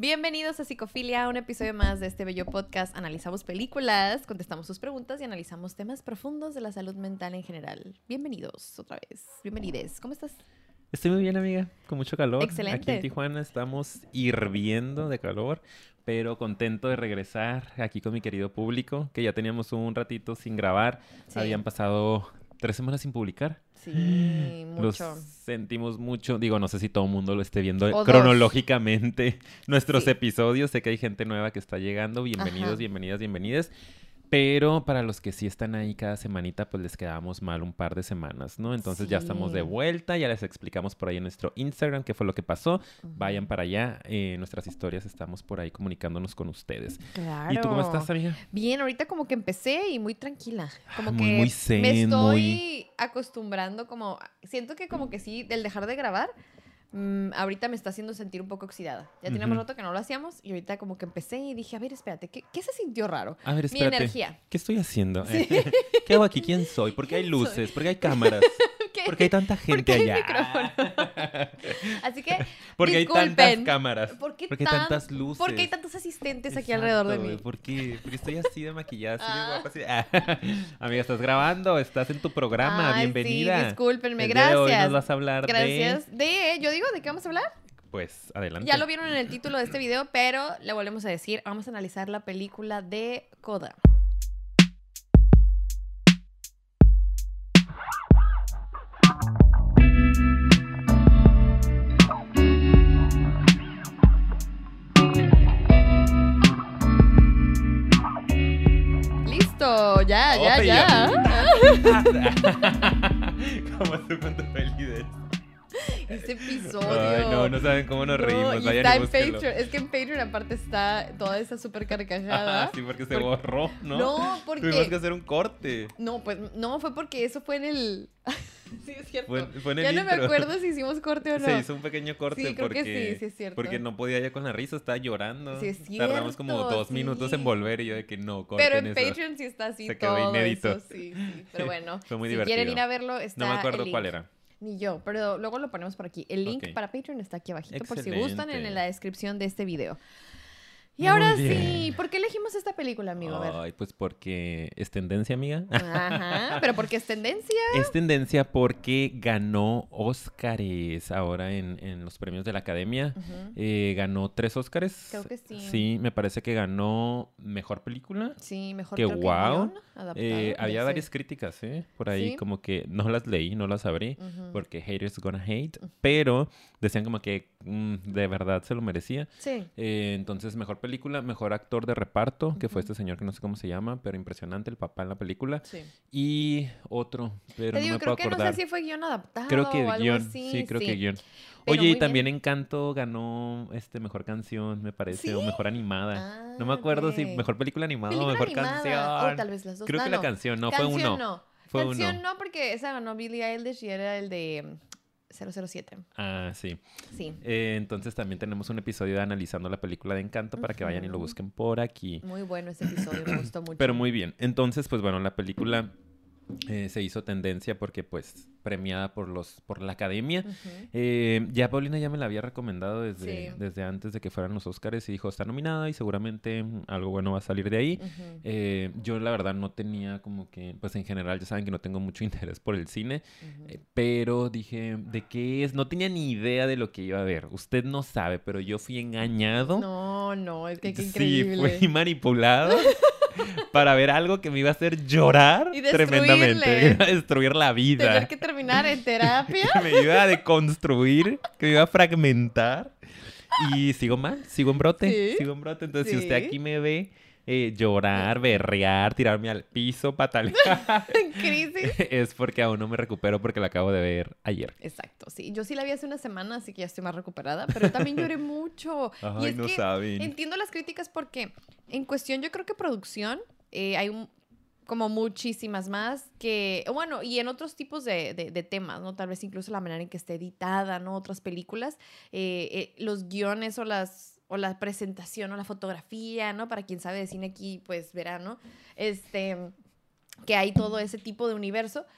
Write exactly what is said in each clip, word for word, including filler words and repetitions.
Bienvenidos a Psicofilia, un episodio más de este bello podcast. Analizamos películas, contestamos sus preguntas y analizamos temas profundos de la salud mental en general. Bienvenidos otra vez. Bienvenides. ¿Cómo estás? Estoy muy bien, amiga. Con mucho calor. Excelente. Aquí en Tijuana estamos hirviendo de calor, pero contento de regresar aquí con mi querido público, que ya teníamos un ratito sin grabar. Sí. Habían pasado tres semanas sin publicar. Sí, mucho. Los sentimos mucho. Digo, no sé si todo el mundo lo esté viendo O cronológicamente. Nuestros Sí. episodios. Sé que hay gente nueva que está llegando. Bienvenidos, Ajá. bienvenidas, bienvenidas. Pero para los que sí están ahí cada semanita, pues les quedamos mal un par de semanas, ¿no? Entonces ya estamos de Sí. vuelta, ya les explicamos por ahí en nuestro Instagram qué fue lo que pasó. Ujú. Vayan para allá, eh, nuestras historias estamos por ahí comunicándonos con ustedes. Claro. ¿Y tú cómo estás, amiga? Bien, ahorita como que empecé y muy tranquila. Como Muy, que muy me zen, estoy muy- acostumbrando como... Siento que como que sí, del dejar de grabar, mm, ahorita me está haciendo sentir un poco oxidada. Ya teníamos Ujú. rato que no lo hacíamos y ahorita como que empecé y dije, a ver, espérate, ¿qué, qué se sintió raro? A ver, Mi espérate. energía. ¿Qué estoy haciendo? ¿Qué hago aquí? ¿Quién soy? ¿Por qué hay ¿Quién soy? luces? ¿Por qué hay cámaras? ¿Qué? ¿Por qué hay tanta ¿Por gente qué hay allá? micrófono? Así que, Porque hay disculpen. tantas cámaras. ¿Por qué, Porque hay tan- tantas luces. ¿Por qué hay tantos asistentes aquí Exacto, alrededor de güey. mí? ¿Por qué? Porque estoy así de maquillada, así de Ah. guapa. Así de- Ah. Amiga, ¿estás grabando? ¿Estás en tu programa? Ay, Bienvenida. sí, discúlpenme, El día de hoy gracias. nos vas a hablar Gracias. de... De, yo digo, ¿de qué vamos a hablar? Pues, adelante. Ya lo vieron en el título de este video, pero le volvemos a decir, vamos a analizar la película de Coda. Listo, ya, ya, Oye. ya. ¿Cómo tú con tu peli de eso? Este episodio. Ay, no, no saben cómo nos No, reímos. y Vayan está y en búsquenlo. Patreon. Es que en Patreon aparte está toda esa súper carcajada. Ah, sí, porque se Porque- borró, ¿no? No, Tuvimos que porque... hacer un corte. No, pues no, fue porque eso fue en el... Sí, es cierto. Fue, fue en el Ya no me intro. acuerdo si hicimos corte o no. Se hizo un pequeño corte Sí, creo que porque, sí, sí es cierto. porque no podía ya con la risa, estaba llorando. Sí, es Tardamos como cierto, dos minutos sí. en volver y yo de que no, corten Pero en eso. Patreon sí está así Se quedó todo inédito. eso, sí, sí. Pero bueno, Fue muy si divertido. quieren ir a verlo, está No me acuerdo el cuál link. era. Ni yo, pero luego lo ponemos por aquí. El link Ok. para Patreon está aquí abajito por si gustan en Excelente. la descripción de este video. Y Muy ahora bien. sí, ¿por qué elegimos esta película, amigo? A ver. Ay, pues porque es tendencia, amiga. Ajá, pero porque es tendencia. Es tendencia porque ganó Óscares ahora en, en los premios de la Academia. Ujú. Eh, ganó tres Óscares. Creo que sí. Sí, me parece que ganó Mejor Película. Sí, mejor Que creo que guau. guión adaptado, Eh, no había sé. varias críticas, ¿eh? Por ahí ¿Sí? como que no las leí, no las abrí, Ujú. porque haters gonna hate, pero decían como que mm, de verdad se lo merecía. Sí. Eh, entonces, mejor película, mejor actor de reparto, que fue Ujú. este señor que no sé cómo se llama, pero impresionante, el papá en la película. Sí. Y otro, pero Te no digo, me creo puedo que acordar. no sé si fue guión adaptado Creo que o algo guión, así. sí, creo que guión. Pero Oye, y muy también bien. Encanto ganó este mejor canción, me parece, o ¿Sí? mejor animada. Ah, no me acuerdo si ok. mejor película animada o Película mejor animada, canción. o tal vez las dos. Creo Ah, que la no. canción, no, Canción fue uno. no. Fue Canción uno. no, porque esa ganó Billie Eilish y era el de mm, cero cero siete. Ah, sí. Sí. Eh, entonces también tenemos un episodio de analizando la película de Encanto para que vayan y lo Ujú. busquen por aquí. Muy bueno ese episodio, me gustó mucho. Pero muy bien. Entonces, pues bueno, la película eh, se hizo tendencia porque pues premiada por los por la Academia. Ujú. Eh, ya Paulina ya me la había recomendado desde, Sí. desde antes de que fueran los Óscares y dijo, está nominada y seguramente mm, algo bueno va a salir de ahí. Ujú. Eh, yo la verdad no tenía como que, pues en general ya saben que no tengo mucho interés por el cine, Ujú. eh, pero dije, ¿de qué es? No tenía ni idea de lo que iba a ver. Usted no sabe, pero yo fui engañado. No, no, es que qué Sí, increíble. fui manipulado para ver algo que me iba a hacer llorar Y tremendamente. destruirle. Me iba a destruir la vida. Tener que terminar en terapia. Que me iba a deconstruir, que me iba a fragmentar. Y sigo mal, sigo en brote, ¿Sí? sigo en brote. Entonces, si usted ¿Sí? aquí me ve eh, llorar, berrear, tirarme al piso, patalear, En crisis. es porque aún no me recupero porque la acabo de ver ayer. Exacto, sí. Yo sí la vi hace una semana, así que ya estoy más recuperada, pero también lloré mucho. y Ay, es no que saben. entiendo las críticas porque en cuestión yo creo que producción eh, hay un, como muchísimas más que, bueno, y en otros tipos de, de, de temas, ¿no? Tal vez incluso la manera en que esté editada, ¿no? Otras películas, eh, eh, los guiones o las o la presentación o la fotografía, ¿no? Para quien sabe de cine aquí, pues verá, ¿no? Este, que hay todo ese tipo de universo.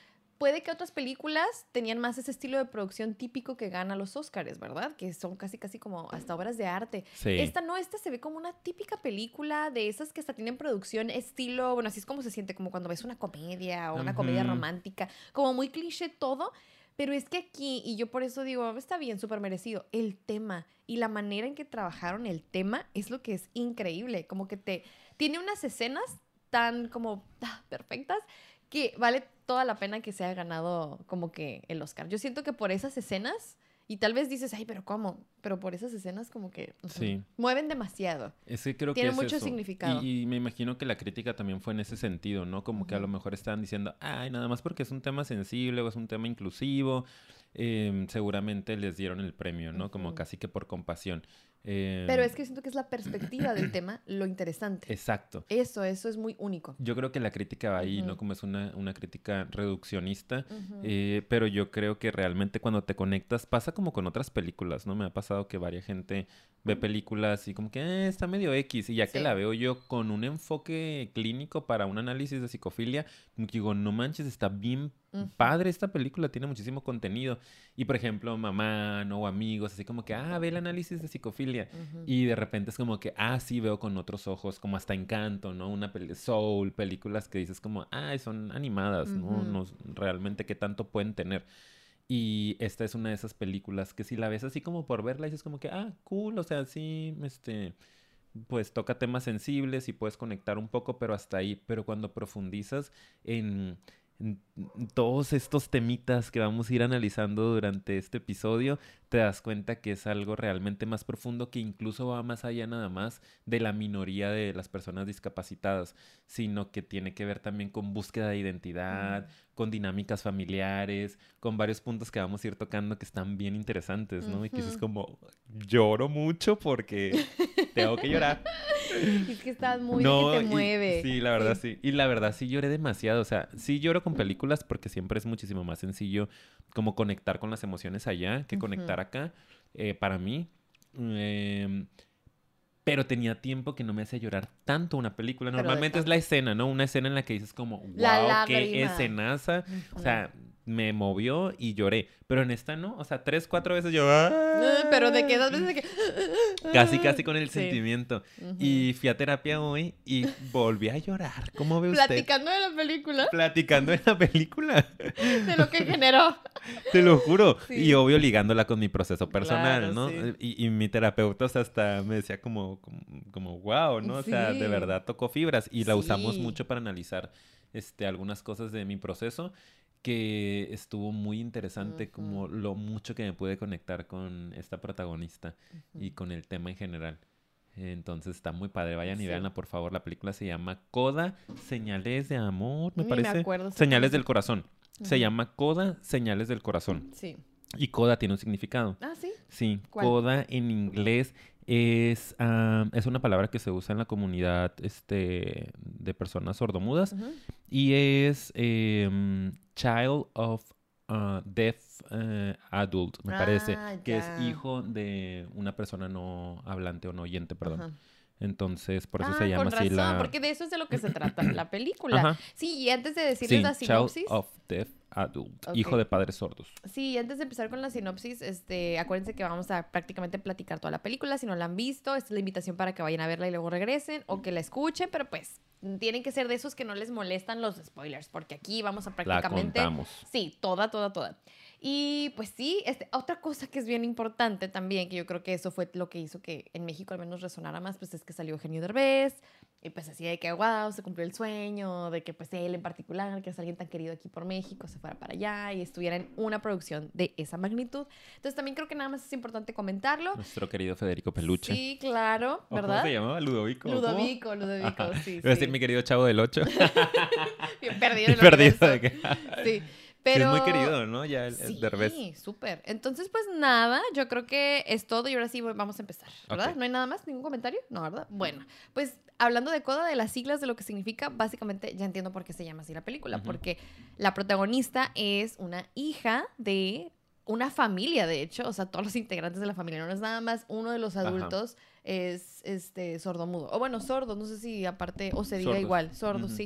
puede que otras películas tenían más ese estilo de producción típico que gana los Oscars, ¿verdad? Que son casi, casi como hasta obras de arte. Sí. Esta no, esta se ve como una típica película de esas que hasta tienen producción estilo, bueno, así es como se siente, como cuando ves una comedia o una Ujú. comedia romántica, como muy cliché todo. Pero es que aquí, y yo por eso digo, está bien, súper merecido, el tema y la manera en que trabajaron el tema es lo que es increíble. Como que te tiene unas escenas tan como ah, perfectas que vale toda la pena que se haya ganado como que el Oscar. Yo siento que por esas escenas, y tal vez dices, ay, pero ¿cómo? Pero por esas escenas como que uh-huh, Sí. mueven demasiado. Es que creo Tiene que es mucho eso. significado. Y, y me imagino que la crítica también fue en ese sentido, ¿no? Como que a lo mejor estaban diciendo, ay, nada más porque es un tema sensible o es un tema inclusivo, eh, seguramente les dieron el premio, ¿no? Como Ujú. casi que por compasión. Eh, Pero es que siento que es la perspectiva del tema lo interesante. Exacto. Eso, eso es muy único. Yo creo que la crítica va ahí, Ujú. ¿no? Como es una, una crítica reduccionista, Ujú. eh, pero yo creo que realmente cuando te conectas, pasa como con otras películas, ¿no? Me ha pasado que varias gente ve películas y como que eh, está medio X, y ya que Sí. la veo yo con un enfoque clínico para un análisis de psicofilia, como que digo, no manches, está bien Ujú. padre esta película, tiene muchísimo contenido. Y por ejemplo, mamá, ¿no? O amigos, así como que, ah, ve el análisis de psicofilia. Ujú. Y de repente es como que, ah, sí, veo con otros ojos, como hasta Encanto, ¿no? Una peli Soul, películas que dices como, ah, son animadas, ¿no? Ujú. No realmente qué tanto pueden tener. Y esta es una de esas películas que si la ves así como por verla, dices como que, ah, cool, o sea, sí, este, pues toca temas sensibles y puedes conectar un poco, pero hasta ahí. Pero cuando profundizas en, en todos estos temitas que vamos a ir analizando durante este episodio, te das cuenta que es algo realmente más profundo, que incluso va más allá nada más de la minoría de las personas discapacitadas, sino que tiene que ver también con búsqueda de identidad, con dinámicas familiares, con varios puntos que vamos a ir tocando que están bien interesantes, ¿no? Y que dices Ujú. como, lloro mucho porque tengo que llorar. Es que estás muy No, de que te y- mueve. sí, la verdad sí. Y la verdad sí lloré demasiado. O sea, sí lloro con películas porque siempre es muchísimo más sencillo como conectar con las emociones allá que Ujú. conectar acá, eh, para mí. Em, pero tenía tiempo que no me hacía llorar tanto una película. Pero de Normalmente es tanto. la escena, ¿no? Una escena en la que dices como, La wow, qué lágrima. escenaza. O Ujú. sea, me movió y lloré. Pero en esta no. O sea, tres, cuatro veces yo... Eh, Pero de que dos veces de que... Casi, casi con el Sí. sentimiento. Ujú. Y fui a terapia hoy y volví a llorar. ¿Cómo ve usted? Platicando de la película, Platicando de la película. de lo que generó. Te lo juro. Sí. Y obvio ligándola con mi proceso personal, Claro, ¿no? sí. Y, y mi terapeuta, o sea, hasta me decía como, como, como, wow, ¿no? O sea, de Sí. verdad tocó fibras. Y la usamos Sí. mucho para analizar este, algunas cosas de mi proceso, que estuvo muy interesante, Ujú. como lo mucho que me pude conectar con esta protagonista y Ujú. con el tema en general. Entonces está muy padre. Vayan y Sí. véanla, por favor. La película se llama Coda, Señales de Amor, me Ni me parece. acuerdo Señales exactamente. del Corazón. Se Ujú. llama Coda, Señales del Corazón. Sí. Y Coda tiene un significado. Ah, sí. Sí, ¿Cuál? Coda en inglés es, ah, es una palabra que se usa en la comunidad este, de personas sordomudas. Ujú. Y es em, Child of uh, Deaf eh, Adult, me parece. Ah, Que es ya. hijo de una persona no hablante o no oyente, perdón. Ajá. Entonces, por eso Ah, se llama con así razón, la... porque de eso es de lo que se trata la película. Ajá. Sí, y antes de decirles Sí, la Child sinopsis, of Deaf Adult, Ok. hijo de padres sordos. sí, antes de empezar con la sinopsis, este, acuérdense que vamos a prácticamente platicar toda la película. Si no la han visto, esta es la invitación para que vayan a verla y luego regresen o que la escuchen, pero pues tienen que ser de esos que no les molestan los spoilers, porque aquí vamos a La prácticamente... contamos. Sí, toda, toda, toda. Y pues sí, este, otra cosa que es bien importante también, que yo creo que eso fue lo que hizo que en México al menos resonara más, pues es que salió Eugenio Derbez, y pues así de que, wow, se cumplió el sueño, de que pues él en particular, que es alguien tan querido aquí por México, se fuera para allá y estuviera en una producción de esa magnitud. Entonces también creo que nada más es importante comentarlo. Nuestro querido Federico Peluche. Sí, claro, ¿O ¿verdad? ¿Cómo se llamaba? ¿Ludovico? ¿Cómo? Ludovico, Ludovico, Ajá. sí, Iba a decir sí. mi querido Chavo del Ocho. Bien perdido en el Perdido universo. de que... Sí. Sí, Pero... es muy querido, ¿no? Ya el, el Sí, Derbez. súper. Entonces, pues nada, yo creo que es todo y ahora sí voy- vamos a empezar, ¿verdad? Ok. ¿No hay nada más? ¿Ningún comentario? No, ¿verdad? Bueno, pues hablando de Coda, de las siglas, de lo que significa, básicamente ya entiendo por qué se llama así la película, Ujú. porque la protagonista es una hija de una familia, de hecho, o sea, todos los integrantes de la familia, no es nada más uno de los Ajá. adultos es este sordomudo. O bueno, sordo, no sé si aparte, o se diga Sordos. igual, sordo, Ujú. sí.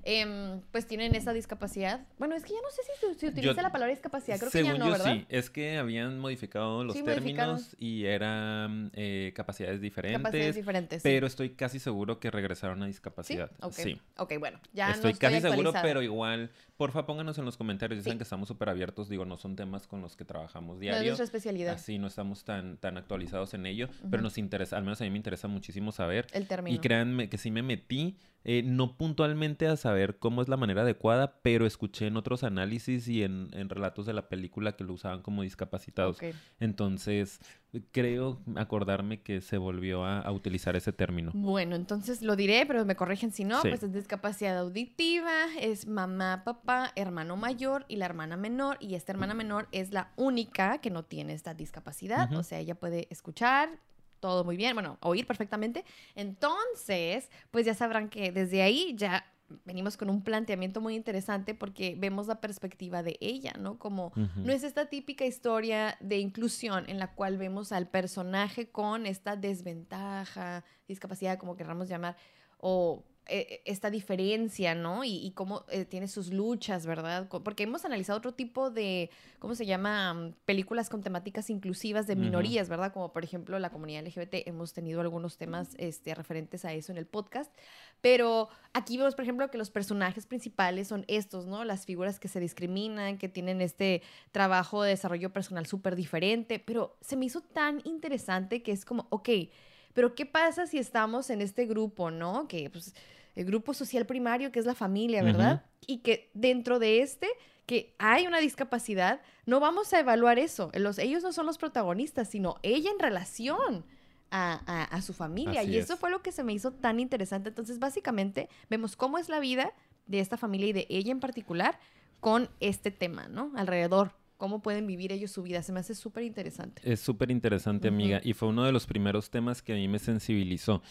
Em, pues tienen esa discapacidad. Bueno, es que ya no sé si se, se utiliza Yo- la palabra discapacidad, creo que ya Según no, yo ¿verdad? sí, es que habían modificado los Sí, modificaron términos y eran eh, capacidades capacidades diferentes, diferentes, sí. pero estoy casi seguro que regresaron a ¿Sí? discapacidad. Ok. Sí. Ok, bueno, ya no Estoy estoy casi seguro, actualizada. pero igual, porfa, pónganos en los comentarios. Ya saben Sí, que estamos súper abiertos. Digo, no son temas con los que trabajamos no es diario. nuestra especialidad, Así no estamos tan, tan actualizados en ello. Pero Ujú. nos interesa, al menos a mí me interesa muchísimo saber. el Y término. créanme que sí me metí, eh, no puntualmente a saber cómo es la manera adecuada, pero escuché en otros análisis y en, en relatos de la película que lo usaban como discapacitados. Ok. Entonces, creo acordarme que se volvió a, a utilizar ese término. Bueno, entonces lo diré, pero me corrigen si no, Sí. pues es discapacidad auditiva, es mamá, papá, hermano mayor y la hermana menor, y esta hermana menor es la única que no tiene esta discapacidad, Ujú. o sea, ella puede escuchar todo muy bien, bueno, oír perfectamente. Entonces, pues ya sabrán que desde ahí ya venimos con un planteamiento muy interesante porque vemos la perspectiva de ella, ¿no? Como Ujú. no es esta típica historia de inclusión en la cual vemos al personaje con esta desventaja, discapacidad, como querramos llamar, o eh, esta diferencia, ¿no? Y, y cómo eh, tiene sus luchas, ¿verdad? Co- Porque hemos analizado otro tipo de, ¿cómo se llama? Mm, Películas con temáticas inclusivas de Ujú. minorías, ¿verdad? Como por ejemplo la comunidad L G B T. Hemos tenido algunos temas este, referentes a eso en el podcast. Pero aquí vemos, por ejemplo, que los personajes principales son estos, ¿no? Las figuras que se discriminan, que tienen este trabajo de desarrollo personal súper diferente. Pero se me hizo tan interesante que es como, ok, pero ¿qué pasa si estamos en este grupo, ¿no? Que pues el grupo social primario que es la familia, ¿verdad? Ujú. Y que dentro de este, que hay una discapacidad, no vamos a evaluar eso. Los, ellos no son los protagonistas, sino ella en relación a, a, a su familia. Así Y eso es. fue lo que se me hizo tan interesante. Entonces, básicamente, vemos cómo es la vida de esta familia y de ella en particular con este tema, ¿no? Alrededor. Cómo pueden vivir ellos su vida. Se me hace súper interesante. Es súper interesante, amiga, Ujú. y fue uno de los primeros temas que a mí me sensibilizó.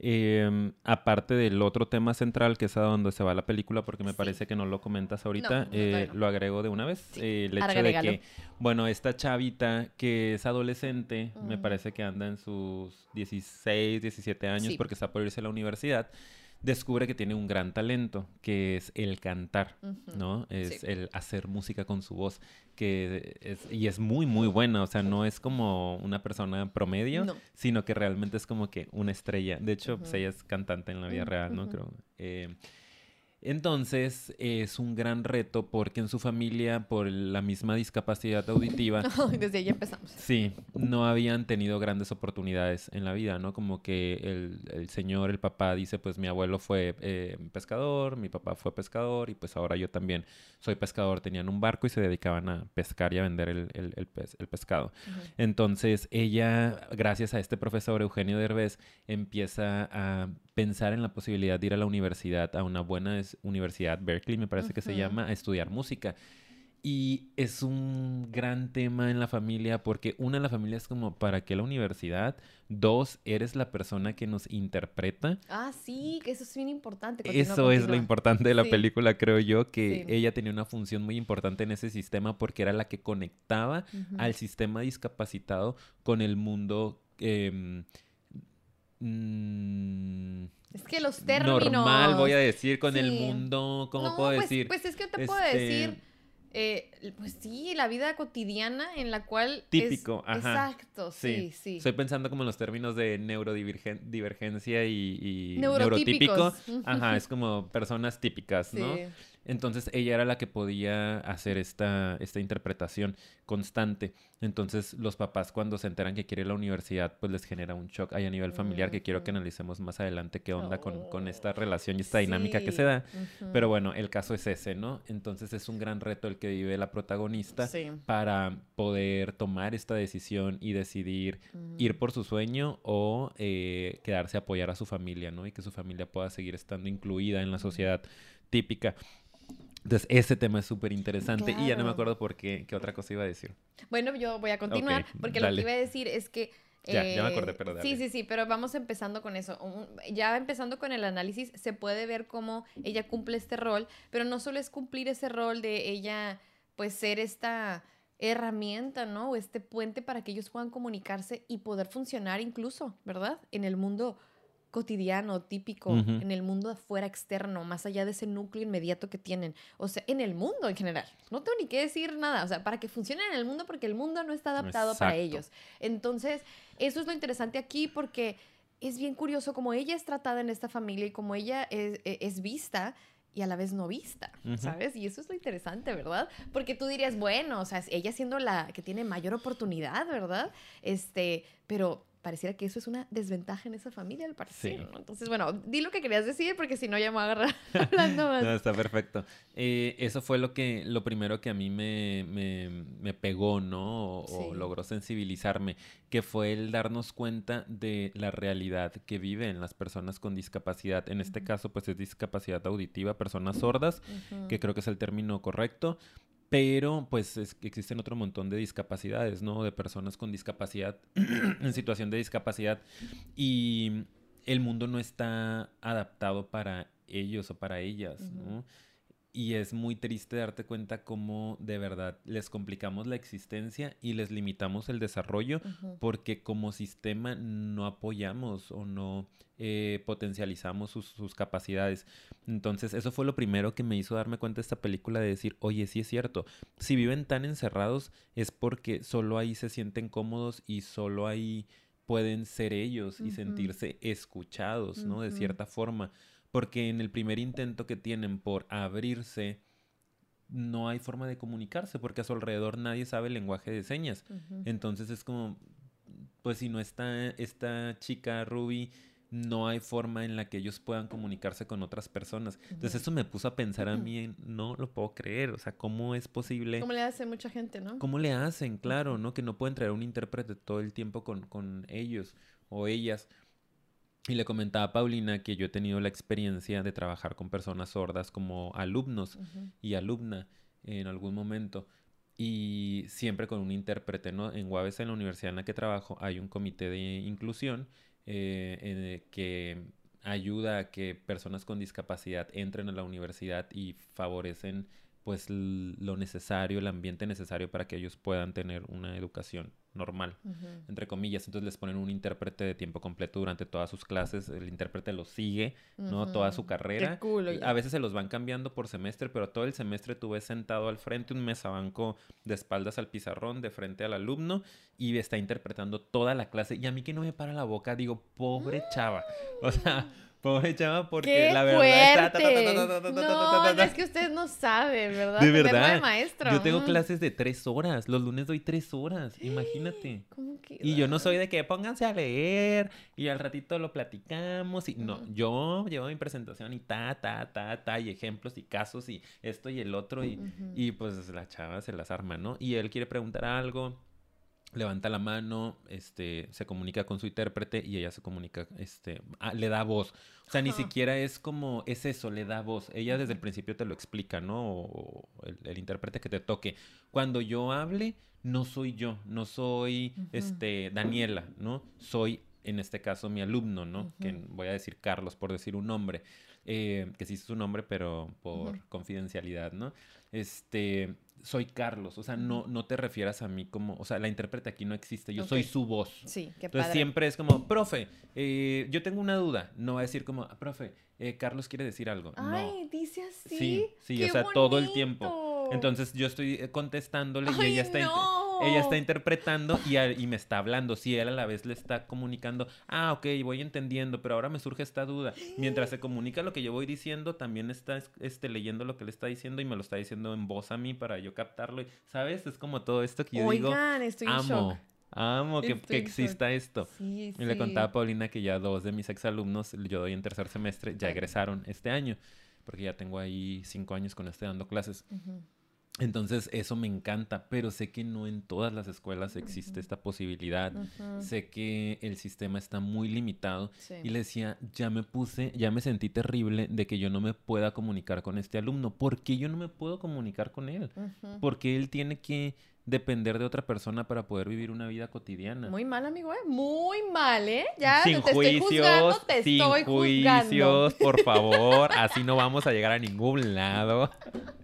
Em, aparte del otro tema central, que es a donde se va la película, porque me Sí. parece que no lo comentas No, ahorita, no, eh, todavía no. lo agrego de una vez. Sí, Eh, el hecho de agrégalo. que, bueno, esta chavita que es adolescente, me Ujú. parece que anda en sus dieciséis, diecisiete años, Sí. porque está por irse a la universidad, descubre que tiene un gran talento, que es el cantar, Ujú. ¿no? Es Sí. el hacer música con su voz, que es, y es muy, muy buena, o sea, no es como una persona promedio, No. sino que realmente es como que una estrella. De hecho, pues Ujú. ella es cantante en la vida Mm, real, ¿no? ujú. Creo. Eh, entonces, es un gran reto porque en su familia, por la misma discapacidad auditiva, Desde ahí empezamos. sí, no habían tenido grandes oportunidades en la vida, ¿no? Como que el, el señor, el papá dice, pues mi abuelo fue eh, pescador, mi papá fue pescador y pues ahora yo también soy pescador. Tenían un barco y se dedicaban a pescar y a vender el, el, el pez- el pescado. Ujú. Entonces ella, gracias a este profesor Eugenio Derbez, empieza a pensar en la posibilidad de ir a la universidad, a una buena es- universidad, Berkeley me parece que se Ujú. llama, a estudiar música. Y es un gran tema en la familia porque una, la familia es como, ¿para qué la universidad? Dos, eres la persona que nos interpreta. Ah, sí, que eso es bien importante. Continúa, Eso es lo continúa. importante de la Sí. película, creo yo, que Sí. ella tenía una función muy importante en ese sistema porque era la que conectaba Ujú. al sistema discapacitado con el mundo em, mm, Es que los términos. normal, voy a decir, con el Sí. mundo, ¿cómo No, puedo pues, decir? pues es que te puedo Este, decir, eh, pues sí, la vida cotidiana en la cual típico, es... ajá. Exacto, sí, Sí, sí. estoy pensando como en los términos de neurodivergencia y, y Neurotípicos. neurotípico. Ajá, es como personas típicas, ¿no? Sí. Entonces ella era la que podía hacer esta, esta interpretación constante. Entonces los papás cuando se enteran que quiere ir a la universidad, pues les genera un shock ahí a nivel familiar que quiero que Ujú. analicemos más adelante qué onda con, con esta Oh, relación y esta dinámica que se sí. da. Ujú. Pero bueno, el caso es ese, ¿no? Entonces es un gran reto el que vive la protagonista Sí. para poder tomar esta decisión y decidir Mm. ir por su sueño o eh, quedarse a apoyar a su familia, ¿no? Y que su familia pueda seguir estando incluida en la sociedad típica. Entonces, ese tema es súper interesante y ya no me Claro. acuerdo por qué, qué otra cosa iba a decir. Bueno, yo voy a continuar Ok, porque lo que dale. iba a decir es que... Ya, ya me eh, acordé, pero dale. Sí, sí, sí, pero vamos empezando con eso. Un- Ya empezando con el análisis, se puede ver cómo ella cumple este rol, pero no solo es cumplir ese rol de ella, pues, ser esta herramienta, ¿no? O este puente para que ellos puedan comunicarse y poder funcionar incluso, ¿verdad? En el mundo cotidiano, típico, Ujú. en el mundo afuera externo, más allá de ese núcleo inmediato que tienen. O sea, en el mundo en general. No tengo ni que decir nada. O sea, para que funcionen en el mundo, porque el mundo no está adaptado para Exacto. ellos. Entonces, eso es lo interesante aquí, porque es bien curioso como ella es tratada en esta familia y como ella es, es vista y a la vez no vista, Ujú. ¿sabes? Y eso es lo interesante, ¿verdad? Porque tú dirías, bueno, o sea, ella siendo la que tiene mayor oportunidad, ¿verdad? Este, pero pareciera que eso es una desventaja en esa familia, al parecer, Sí. ¿no? Entonces, bueno, di lo que querías decir, porque si no ya me voy a agarrar hablando más. No, está perfecto. Eh, eso fue lo que, lo primero que a mí me, me, me pegó, ¿no? O, o Sí. logró sensibilizarme, que fue el darnos cuenta de la realidad que viven las personas con discapacidad. En este Ujú. caso, pues es discapacidad auditiva, personas sordas, Ujú. que creo que es el término correcto. Pero, pues, es, existen otro montón de discapacidades, ¿no? De personas con discapacidad, en situación de discapacidad. Y el mundo no está adaptado para ellos o para ellas, Ujú. ¿no? Y es muy triste darte cuenta cómo de verdad les complicamos la existencia y les limitamos el desarrollo Ujú. porque como sistema no apoyamos o no eh, potencializamos sus, sus capacidades. Entonces eso fue lo primero que me hizo darme cuenta de esta película de decir, oye, sí es cierto, si viven tan encerrados es porque solo ahí se sienten cómodos y solo ahí pueden ser ellos y Ujú. sentirse escuchados, ¿no? De Ujú. cierta forma. Porque en el primer intento que tienen por abrirse, no hay forma de comunicarse, porque a su alrededor nadie sabe el lenguaje de señas. Ujú. Entonces es como, pues si no está esta chica Ruby, no hay forma en la que ellos puedan comunicarse con otras personas. Entonces Ujú. eso me puso a pensar a mí, en, no lo puedo creer, o sea, ¿cómo es posible? Como le hace mucha gente, ¿no? ¿Cómo le hacen? Claro, Ujú. ¿no? Que no pueden traer un intérprete todo el tiempo con, con ellos o ellas. Y le comentaba a Paulina que yo he tenido la experiencia de trabajar con personas sordas como alumnos Ujú. y alumna en algún momento. Y siempre con un intérprete, ¿no? En U A B C, en la universidad en la que trabajo, hay un comité de inclusión eh, en el que ayuda a que personas con discapacidad entren a la universidad y favorecen pues l- lo necesario, el ambiente necesario para que ellos puedan tener una educación normal, Ujú. entre comillas. Entonces les ponen un intérprete de tiempo completo durante todas sus clases. El intérprete los sigue, ¿no? Toda su Ujú. Qué carrera. cool, A oye. veces se los van cambiando por semestre, pero todo el semestre tú ves sentado al frente un mesabanco de espaldas al pizarrón, de frente al alumno, y está interpretando toda la clase. Y a mí que no me para la boca, digo, pobre chava. O sea, pobre chava porque ¡Qué la verdad está... ta, ta, ta, ta, ta, fuerte! ta, ta, ta, ta, ta, No, ta, no, es ta. que ustedes no saben, ¿verdad? De Tenerlo de verdad, maestro. yo tengo Mm. clases de tres horas. Los lunes doy tres horas, imagínate. ¿Cómo que Y yo no soy da? de que pónganse a leer y al ratito lo platicamos. Y no, Ujú. yo llevo mi presentación y ta, ta, ta, ta, y ejemplos y casos y esto y el otro. Y, Ujú. y pues la chava se las arma, ¿no? Y él quiere preguntar algo, levanta la mano, este, se comunica con su intérprete y ella se comunica, este, ah, le da voz. O sea, ni Ajá. siquiera es como, es eso, le da voz. Ella desde el Ujú. principio te lo explica, ¿no? O, o el, el intérprete que te toque. Cuando yo hable, no soy yo, no soy, Ujú. este, Daniela, ¿no? Soy, en este caso, mi alumno, ¿no? Ujú. Que voy a decir Carlos, por decir un nombre. Eh, que sí es su nombre, pero por Ujú. confidencialidad, ¿no? Este, soy Carlos, o sea, Ujú. no, no te refieras a mí como, o sea, la intérprete aquí no existe, yo Ok. soy su voz. Sí, qué Entonces padre. siempre es como, profe, eh, yo tengo una duda, no va a decir como, "Ah, profe, eh, Carlos quiere decir algo, no, Ay, dice así. sí, sí, o ¡Qué sea, todo el tiempo. bonito! Entonces yo estoy eh, contestándole y ¡Ay, ella está, int- ella está no! interpretando y, a- y me está hablando. Si él a la vez le está comunicando, ah, ok, voy entendiendo, pero ahora me surge esta duda. Mientras se comunica lo que yo voy diciendo, también está es- este, leyendo lo que le está diciendo y me lo está diciendo en voz a mí para yo captarlo. y- ¿Sabes? Es como todo esto que yo digo, Oigan, estoy en shock. amo, amo que, que Estoy en shock. exista esto. Sí, Y le contaba a sí. Paulina que ya dos de mis exalumnos, yo doy en tercer semestre, ya Padre. egresaron este año, porque ya tengo ahí cinco años con este dando clases. Ujú. Entonces eso me encanta, pero sé que no en todas las escuelas existe Ujú. esta posibilidad. Ujú. Sé que el sistema está muy limitado Sí. y le decía, ya me puse, ya me sentí terrible de que yo no me pueda comunicar con este alumno. ¿Por qué yo no me puedo comunicar con él? Ujú. Porque él tiene que depender de otra persona para poder vivir una vida cotidiana. Muy mal, amigo, ¿eh? Muy mal, ¿eh? Ya Sin te estoy juzgando, juicios, te sin estoy juzgando. juicios, por favor. Así no vamos a llegar a ningún lado.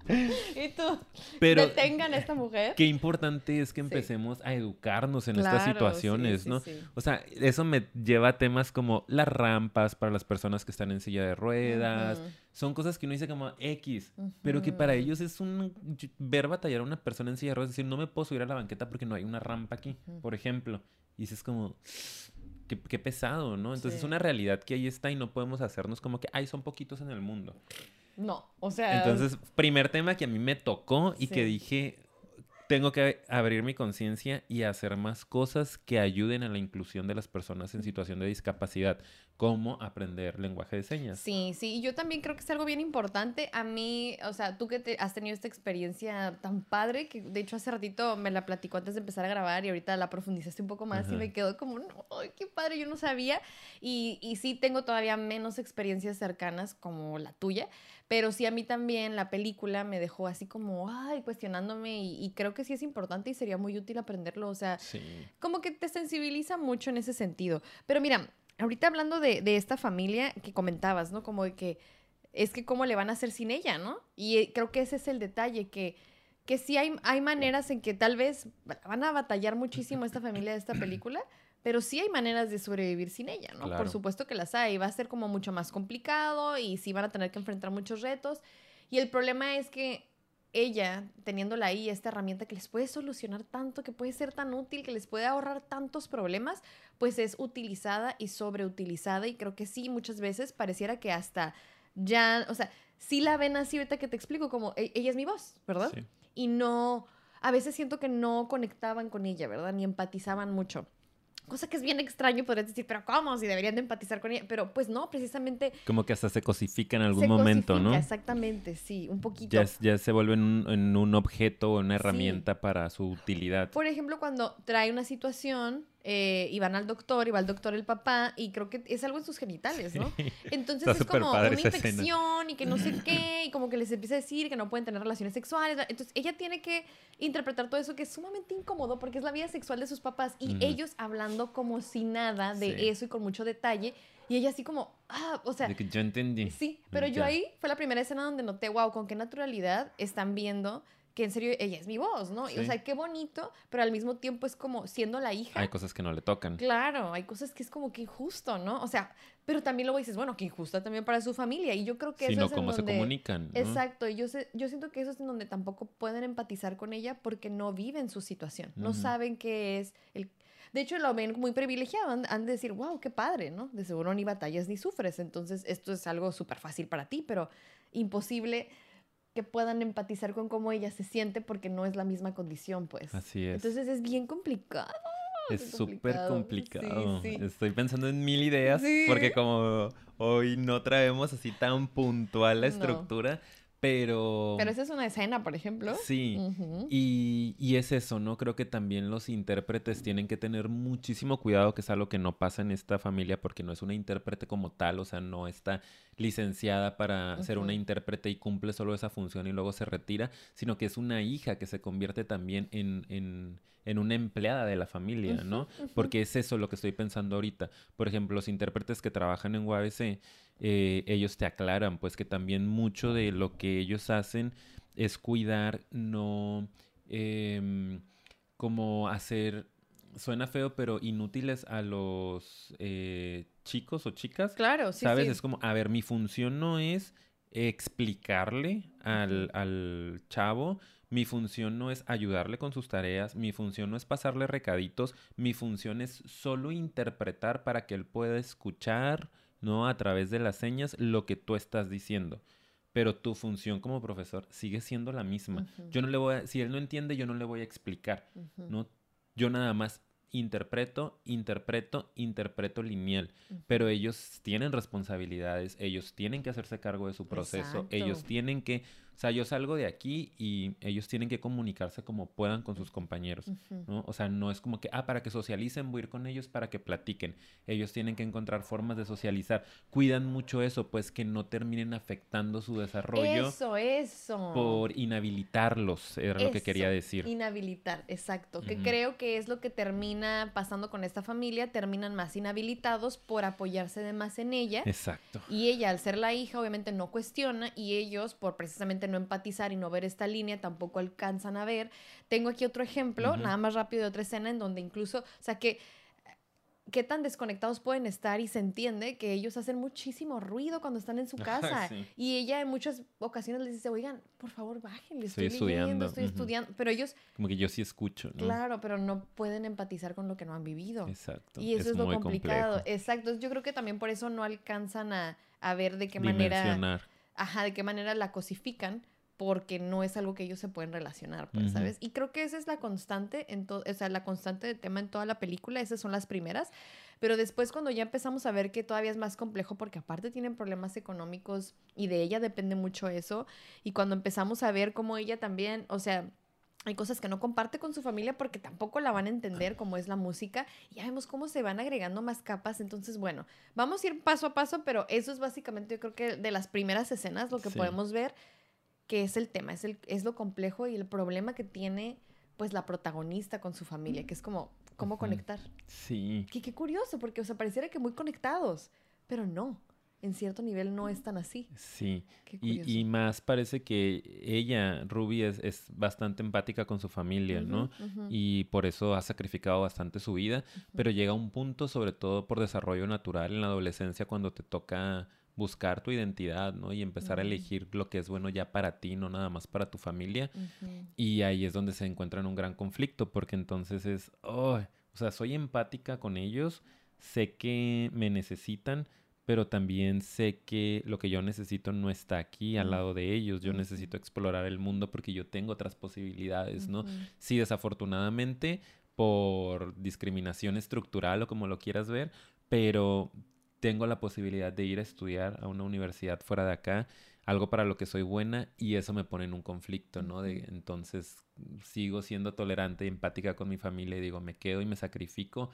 Y tú, Pero detengan a esta mujer. qué importante es que Sí. empecemos a educarnos en Claro, estas situaciones, sí, sí, ¿no? sí. O sea, eso me lleva a temas como las rampas para las personas que están en silla de ruedas. Ujú. Son cosas que uno dice como X, pero que para ellos es un ver batallar a una persona en silla de ruedas, es decir, no me puedo subir a la banqueta porque no hay una rampa aquí, Ujú. por ejemplo. Y dices como, qué, qué pesado, ¿no? Entonces es Sí. una realidad que ahí está y no podemos hacernos como que, ay, son poquitos en el mundo. No, o sea... Entonces, primer tema que a mí me tocó y que Sí. dije, tengo que abrir mi conciencia y hacer más cosas que ayuden a la inclusión de las personas en situación de discapacidad, como aprender lenguaje de señas. Sí, sí, y yo también creo que es algo bien importante. A mí, o sea, tú que te has tenido esta experiencia tan padre, que de hecho hace ratito me la platicó antes de empezar a grabar y ahorita la profundizaste un poco más Ajá. y me quedó como, no, ay, qué padre, yo no sabía. Y, y sí tengo todavía menos experiencias cercanas como la tuya, pero sí a mí también la película me dejó así como, ay, cuestionándome y, y creo que sí es importante y sería muy útil aprenderlo, o sea, Sí. como que te sensibiliza mucho en ese sentido. Pero mira, ahorita hablando de, de esta familia que comentabas, ¿no? Como de que es que cómo le van a hacer sin ella, ¿no? Y eh, creo que ese es el detalle, que, que sí hay, hay maneras en que tal vez van a batallar muchísimo esta familia de esta película, pero sí hay maneras de sobrevivir sin ella, ¿no? Claro. Por supuesto que las hay, va a ser como mucho más complicado y sí van a tener que enfrentar muchos retos. Y el problema es que ella, teniéndola ahí, esta herramienta que les puede solucionar tanto, que puede ser tan útil, que les puede ahorrar tantos problemas, pues es utilizada y sobreutilizada. Y creo que sí, muchas veces pareciera que hasta ya, o sea, sí la ven así ahorita que te explico, como "E- ella es mi voz, ¿verdad?" Sí. Y no, a veces siento que no conectaban con ella, ¿verdad? Ni empatizaban mucho. Cosa que es bien extraño, podrías decir, pero ¿cómo? Si deberían de empatizar con ella. Pero pues no, precisamente Como que hasta se cosifica en algún se momento, cosifica, ¿no? exactamente, sí, un poquito. Ya, es- ya se vuelve en un, en un objeto o una Sí. herramienta para su utilidad. Por ejemplo, cuando trae una situación eh, y van al doctor, y va al doctor el papá, y creo que es algo en sus genitales, ¿no? Entonces Está es súper como padre una esa escena. infección y que no sé qué, y como que les empieza a decir que no pueden tener relaciones sexuales. Entonces ella tiene que interpretar todo eso que es sumamente incómodo porque es la vida sexual de sus papás y Ujú. ellos hablando como si nada de Sí. eso y con mucho detalle. Y ella así como, ah, o sea, De que yo entendí. sí, pero yo Ya. ahí fue la primera escena donde noté, wow, con qué naturalidad están viendo que en serio ella es mi voz, ¿no? Y, Sí. o sea, qué bonito, pero al mismo tiempo es como siendo la hija. Hay cosas que no le tocan. Claro, hay cosas que es como que injusto, ¿no? O sea, pero también luego dices, bueno, que injusto también para su familia. Y yo creo que eso Sino es en cómo se donde... comunican, ¿no? Exacto, y yo, sé, yo siento que eso es en donde tampoco pueden empatizar con ella porque no viven su situación, no Ujú. saben qué es el... De hecho, lo ven muy privilegiado, han, han de decir, wow, qué padre, ¿no? De seguro ni batallas ni sufres, entonces esto es algo súper fácil para ti, pero imposible que puedan empatizar con cómo ella se siente porque no es la misma condición, pues. Así es. Entonces es bien complicado. Es bien súper complicado. Sí, sí. Estoy pensando en mil ideas Sí. porque como hoy no traemos así tan puntual la No. estructura, pero... Pero esa es una escena, por ejemplo. Sí, Ujú. y, y es eso, ¿no? Creo que también los intérpretes tienen que tener muchísimo cuidado, que es algo que no pasa en esta familia porque no es una intérprete como tal, o sea, no está licenciada para ser una Ujú. intérprete y cumple solo esa función y luego se retira, sino que es una hija que se convierte también en, en, en una empleada de la familia, ¿no? Ujú, ujú. Porque es eso lo que estoy pensando ahorita. Por ejemplo, los intérpretes que trabajan en U A B C, eh, ellos te aclaran, pues que también mucho de lo que ellos hacen es cuidar, no em, como hacer, suena feo, pero inútiles a los eh, chicos o chicas, Claro, sí, ¿sabes? sí. Es como, a ver, mi función no es explicarle al, Ujú. al chavo. Mi función no es ayudarle con sus tareas, mi función no es pasarle recaditos, mi función es solo interpretar para que él pueda escuchar, ¿no? A través de las señas lo que tú estás diciendo. Pero tu función como profesor sigue siendo la misma. Ujú, Yo no le voy a, si él no entiende, yo no le voy a explicar, ujú, ¿no? Yo nada más interpreto, interpreto, interpreto lineal. ujú. Pero ellos tienen responsabilidades, ellos tienen que hacerse cargo de su proceso, Exacto. ellos tienen que, o sea, yo salgo de aquí y ellos tienen que comunicarse como puedan con sus compañeros, Ujú. ¿no? O sea, no es como que, ah, para que socialicen voy a ir con ellos para que platiquen. Ellos tienen que encontrar formas de socializar. Cuidan mucho eso, pues que no terminen afectando su desarrollo Eso, eso. por inhabilitarlos, era lo que quería Eso, decir. Inhabilitar, exacto. Que Ujú. creo que es lo que termina pasando con esta familia. Terminan más inhabilitados por apoyarse de más en ella. Exacto. Y ella, al ser la hija, obviamente no cuestiona. Y ellos, por precisamente no empatizar y no ver esta línea, tampoco alcanzan a ver. Tengo aquí otro ejemplo, Ujú. nada más rápido, de otra escena en donde incluso, o sea, que qué tan desconectados pueden estar y se entiende que ellos hacen muchísimo ruido cuando están en su casa. Sí. Y ella en muchas ocasiones les dice, oigan, por favor, bájenle, estoy, Estoy estudiando, leyendo, estoy ujú. estudiando. Pero ellos, Como que yo sí escucho, ¿no? claro, pero no pueden empatizar con lo que no han vivido. Exacto. Y eso es, es lo muy complicado. complejo. Exacto. Yo creo que también por eso no alcanzan a, a ver de qué manera, Dimensionar. ajá, de qué manera la cosifican, porque no es algo que ellos se pueden relacionar, pues, Ujú. ¿sabes? Y creo que esa es la constante, en to- o sea, la constante de tema en toda la película, esas son las primeras, pero después cuando ya empezamos a ver que todavía es más complejo, porque aparte tienen problemas económicos y de ella depende mucho eso, y cuando empezamos a ver cómo ella también, o sea, hay cosas que no comparte con su familia porque tampoco la van a entender, como es la música, y ya vemos cómo se van agregando más capas. Entonces, bueno, vamos a ir paso a paso, pero eso es básicamente, yo creo que de las primeras escenas lo que Sí. podemos ver, que es el tema, es, el, es lo complejo y el problema que tiene pues la protagonista con su familia, que es como, ¿cómo Ujú. conectar? Sí. Que qué curioso, porque, o sea, pareciera que muy conectados, pero no, en cierto nivel no es tan así. Sí, Qué curioso. y, y más parece que ella, Ruby, es, es bastante empática con su familia, ¿no? Ujú, ujú, Y por eso ha sacrificado bastante su vida, pero llega un punto, sobre todo por desarrollo natural en la adolescencia, cuando te toca buscar tu identidad, ¿no? Y empezar a Mm. elegir lo que es bueno ya para ti, no nada más para tu familia. ujú. Y ahí es donde se encuentra en un gran conflicto, porque entonces es, oh, o sea, soy empática con ellos, sé que me necesitan, pero también sé que lo que yo necesito no está aquí al Mm. lado de ellos. Yo Ujú. necesito explorar el mundo porque yo tengo otras posibilidades, ¿no? Ujú. Sí, desafortunadamente, por discriminación estructural o como lo quieras ver, pero tengo la posibilidad de ir a estudiar a una universidad fuera de acá, algo para lo que soy buena, y eso me pone en un conflicto, ¿no? De, Ujú. entonces sigo siendo tolerante y empática con mi familia y digo, me quedo y me sacrifico,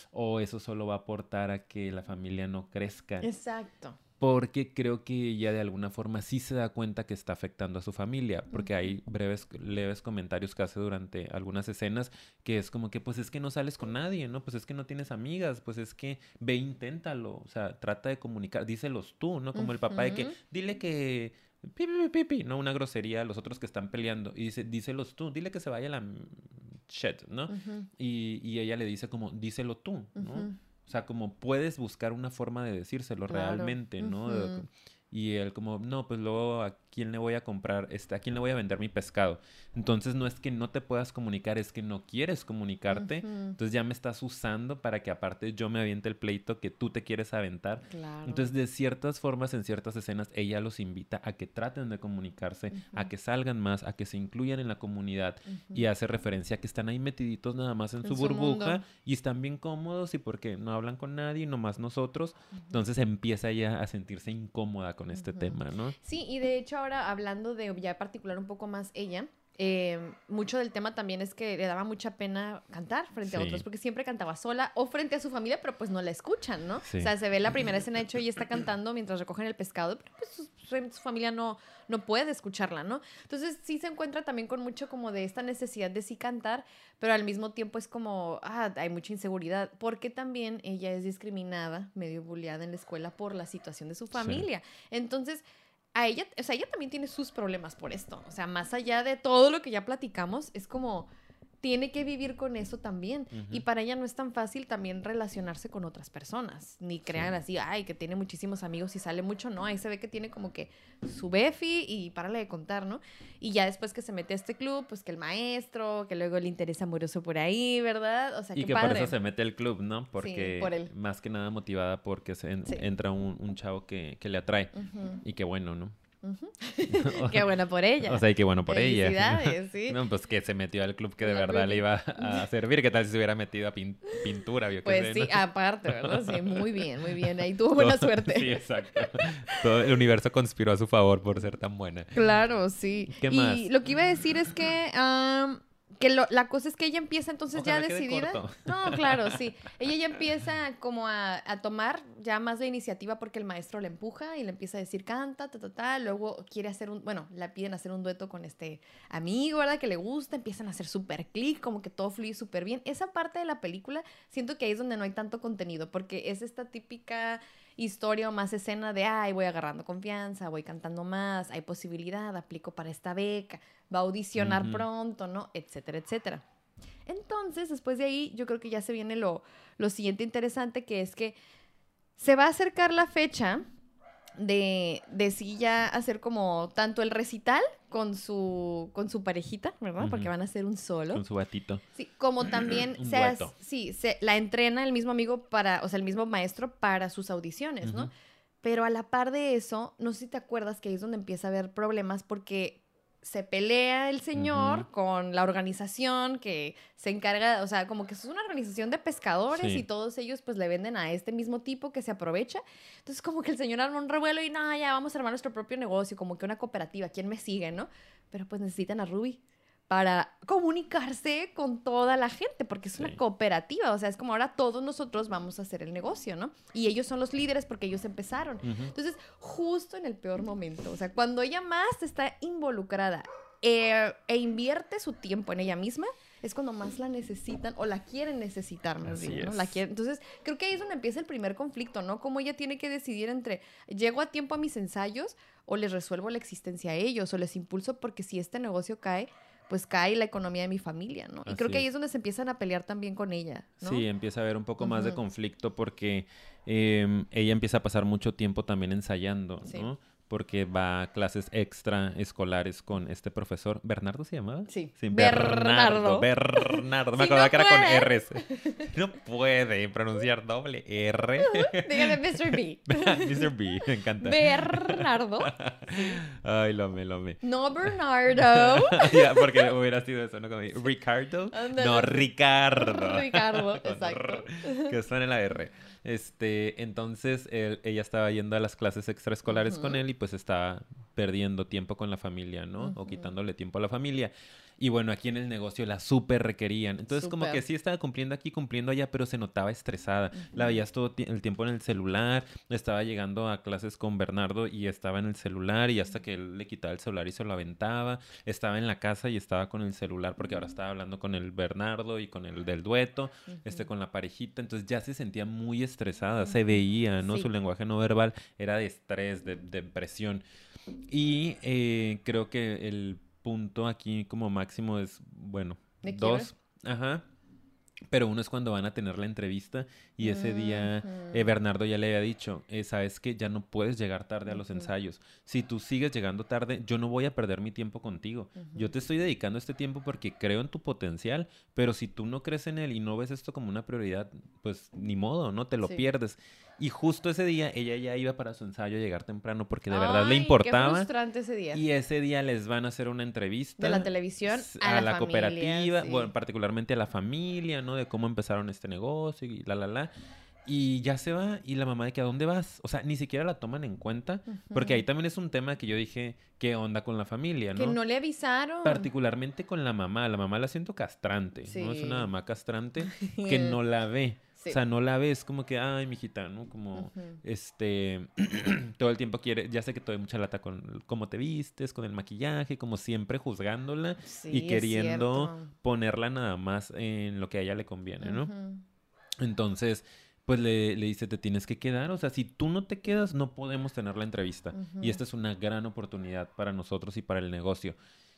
o eso solo va a aportar a que la familia no crezca. Exacto. Porque creo que ella de alguna forma sí se da cuenta que está afectando a su familia, porque Ujú. hay breves, leves comentarios que hace durante algunas escenas que es como que, pues es que no sales con nadie, ¿no? Pues es que no tienes amigas, pues es que ve, inténtalo, o sea, trata de comunicar, díselos tú, ¿no? Como el papá de que, Ujú. dile que, pi, pi, pi, pi, no, una grosería a los otros que están peleando, y dice, díselos tú, dile que se vaya a la m- shit, ¿no? Ujú. Y, y ella le dice como, díselo tú, ¿no? Ujú. O sea, como puedes buscar una forma de decírselo Claro. realmente, ¿no? Ujú. Y él como, no, pues luego a quién le voy a comprar, este, a quién le voy a vender mi pescado. Entonces no es que no te puedas comunicar, es que no quieres comunicarte. Ujú. Entonces ya me estás usando para que aparte yo me aviente el pleito que tú te quieres aventar. Claro. Entonces de ciertas formas, en ciertas escenas, ella los invita a que traten de comunicarse, a Ujú. que salgan más, a que se incluyan en la comunidad. Ujú. Y hace referencia a que están ahí metiditos nada más en, En su su burbuja mundo. y están bien cómodos y porque no hablan con nadie, nomás nosotros. Ujú. Entonces empieza ella a sentirse incómoda con este Ujú. tema, ¿no? Sí, y de hecho ahora hablando de ya particular un poco más ella, eh, mucho del tema también es que le daba mucha pena cantar frente a Sí. otros, porque siempre cantaba sola o frente a su familia, pero pues no la escuchan, ¿no? Sí. O sea, se ve la primera escena, de hecho, ella está cantando mientras recogen el pescado, pero pues su, su- su familia no, no puede escucharla, ¿no? Entonces sí se encuentra también con mucho como de esta necesidad de sí cantar, pero al mismo tiempo es como, ah, hay mucha inseguridad, porque también ella es discriminada, medio bulleada en la escuela por la situación de su familia. Entonces, a ella, o sea, ella también tiene sus problemas por esto. O sea, más allá de todo lo que ya platicamos, es como tiene que vivir con eso también. Ujú. Y para ella no es tan fácil también relacionarse con otras personas. Ni crean Sí. así, ay, que tiene muchísimos amigos y sale mucho, ¿no? Ahí se ve que tiene como que su befi y párale de contar, ¿no? Y ya después que se mete a este club, pues que el maestro, que luego el interés amoroso por ahí, ¿verdad? O sea, Y qué que padre. por eso se mete al club, ¿no? Porque por él. más que nada motivada porque se en- Sí. entra un, un chavo que, que le atrae. Ujú, Y qué bueno, ¿no? ujú. Qué buena por ella. O sea, y qué bueno por ella. Felicidades, sí. No, pues que se metió al club que de La verdad le Ruby. iba a servir. ¿Qué tal si se hubiera metido a pin- pintura? Yo qué Pues sé, sí, ¿no? aparte, ¿verdad? Sí, muy bien, muy bien. Ahí tuvo buena Todo- suerte. Sí, exacto. Todo el universo conspiró a su favor por ser tan buena. Claro, sí. ¿Qué y más? lo que iba a decir es que, am, que lo- la cosa es que ella empieza entonces Ojalá ya quede decidida. corto. No, claro, sí. Ella ya empieza como a, a tomar ya más la iniciativa porque el maestro la empuja y le empieza a decir canta, ta, ta, ta. Luego quiere hacer un, bueno, la piden hacer un dueto con este amigo, ¿verdad? Que le gusta, empiezan a hacer súper clic, como que todo fluye súper bien. Esa parte de la película siento que ahí es donde no hay tanto contenido porque es esta típica historia o más escena de, ay, voy agarrando confianza, voy cantando más, hay posibilidad, aplico para esta beca, va a audicionar Ujú. pronto, ¿no? Etcétera, etcétera. Entonces, después de ahí, yo creo que ya se viene lo, lo siguiente interesante, que es que se va a acercar la fecha de, de sí ya hacer como tanto el recital con su, con su parejita, ¿verdad? Ujú. Porque van a hacer un solo. Con su batito. Sí, como también Un se, as- dueto. sí, se la entrena el mismo amigo para, o sea, el mismo maestro para sus audiciones, ¿no? Ujú. Pero a la par de eso, no sé si te acuerdas que ahí es donde empieza a haber problemas porque se pelea el señor Ujú. con la organización que se encarga, o sea, como que es una organización de pescadores Sí. y todos ellos pues le venden a este mismo tipo que se aprovecha. Entonces como que el señor arma un revuelo y no, ya vamos a armar nuestro propio negocio, como que una cooperativa, ¿quién me sigue, no? Pero pues necesitan a Ruby para comunicarse con toda la gente, porque es Sí. una cooperativa, o sea, es como ahora todos nosotros vamos a hacer el negocio, ¿no? Y ellos son los líderes porque ellos empezaron. Ujú. Entonces, justo en el peor momento, o sea, cuando ella más está involucrada eh, e invierte su tiempo en ella misma, es cuando más la necesitan o la quieren necesitar, más Así bien, ¿no? es. La quieren. Entonces, creo que ahí es donde empieza el primer conflicto, ¿no? Cómo ella tiene que decidir entre, ¿llego a tiempo a mis ensayos o les resuelvo la existencia a ellos o les impulso porque si este negocio cae, pues cae la economía de mi familia, ¿no? Y creo Así que ahí es. es donde se empiezan a pelear también con ella, ¿no? Sí, empieza a haber un poco más de Ujú. conflicto porque em, ella empieza a pasar mucho tiempo también ensayando, Sí. ¿no? Porque va a clases extra escolares con este profesor. ¿Bernardo se llamaba? Sí. Sí, Bernardo. Bernardo. Bernardo. Me Si acordaba no que era con puede. R's. No puede pronunciar doble R. Dígale mister B. mister B, me encanta. Bernardo. Ay, lo amé, lo amé. No Bernardo. Ya, porque hubiera sido eso, ¿no? Como Ricardo. Ándale, No, sí. Ricardo. Ricardo, Con exacto. R, que suene la R. Este, entonces él- ella estaba yendo a las clases extraescolares Ujú. con él y pues estaba perdiendo tiempo con la familia, ¿no? O Ujú. quitándole tiempo a la familia. Y bueno, aquí en el negocio la súper requerían. Entonces como Súper. que sí estaba cumpliendo aquí, cumpliendo allá, pero se notaba estresada. La Ujú. veías todo ti- el tiempo en el celular. Estaba llegando a clases con Bernardo y estaba en el celular y hasta que él le quitaba el celular y se lo aventaba. Estaba en la casa y estaba con el celular porque ahora estaba hablando con el Bernardo y con el del dueto, este Ujú. con la parejita. Entonces ya se sentía muy estresada, se veía, ¿no? Sí. Su lenguaje no verbal era de estrés, de, de presión. Y eh, creo que el punto aquí como máximo es, bueno, ¿De quiebre? dos. Ajá. Pero uno es cuando van a tener la entrevista y ese día eh, Ujú. Bernardo ya le había dicho, eh, sabes que ya no puedes llegar tarde a los Ujú. ensayos. Si tú sigues llegando tarde, yo no voy a perder mi tiempo contigo. Yo Ujú. te estoy dedicando este tiempo porque creo en tu potencial, pero si tú no crees en él y no ves esto como una prioridad, pues ni modo, ¿no? Te lo Sí. pierdes. Y justo ese día ella ya iba para su ensayo a llegar temprano porque de verdad le Ay, qué importaba. frustrante ese día. Y ese día les van a hacer una entrevista. De la televisión s- a a, la la, familia, cooperativa, sí. bueno, particularmente a la familia, ¿no? De cómo empezaron este negocio y la, la, la. Y ya se va y la mamá de que ¿a dónde vas? O sea, ni siquiera la toman en cuenta porque ahí Ujú. también es un tema que yo dije, ¿qué onda con la familia, Que no? no le avisaron. Particularmente con la mamá. La mamá la siento castrante, ¿no? Es una Sí. mamá castrante que no la ve. Sí. O sea, no la ve, es como que, ay, mijita, ¿no? Como, Ujú. este, todo el tiempo quiere, ya sé que te doy mucha lata con cómo te vistes, con el maquillaje, como siempre juzgándola Sí, y es queriendo cierto. ponerla nada más en lo que a ella le conviene, ¿no? Ujú. Entonces, pues le, le dice, te tienes que quedar, o sea, si tú no te quedas, no podemos tener la entrevista. Ujú. Y esta es una gran oportunidad para nosotros y para el negocio.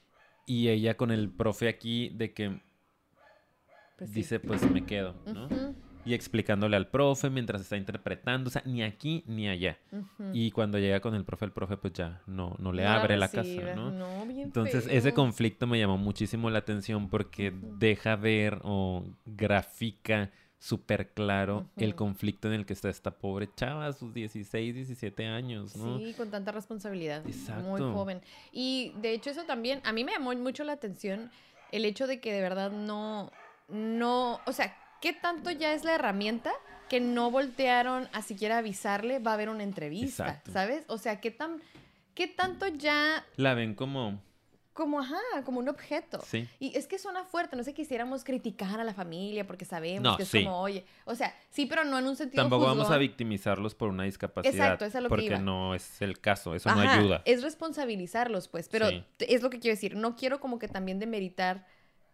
Y ella con el profe aquí de que Pues sí. dice, pues me quedo, ¿no? Ujú. Y explicándole al profe mientras está interpretando, o sea, ni aquí ni allá. Ujú. Y cuando llega con el profe, el profe pues ya no, no le No la abre la recibe. casa, ¿no? No, bien Entonces feo. ese conflicto me llamó muchísimo la atención porque Ujú. deja ver o grafica súper claro el Ujú. conflicto en el que está esta pobre chava a sus dieciséis, diecisiete años, ¿no? Sí, con tanta responsabilidad. Muy Exacto. joven. Y de hecho eso también, a mí me llamó mucho la atención el hecho de que de verdad no, no, o sea, ¿qué tanto ya es la herramienta que no voltearon a siquiera avisarle va a haber una entrevista, Exacto. ¿sabes? O sea, ¿qué tan, qué tanto ya La ven como, como, ajá, como un objeto? sí, Y es que suena fuerte, no sé, quisiéramos criticar a la familia porque sabemos No, que es sí. como, oye, o sea, sí, pero no en un sentido tampoco vamos a juzgón. victimizarlos por una discapacidad. Exacto, es a lo que porque iba. no es el caso, eso no Ajá, ayuda. es responsabilizarlos, pues, pero Sí. te- es lo que quiero decir. No quiero como que también demeritar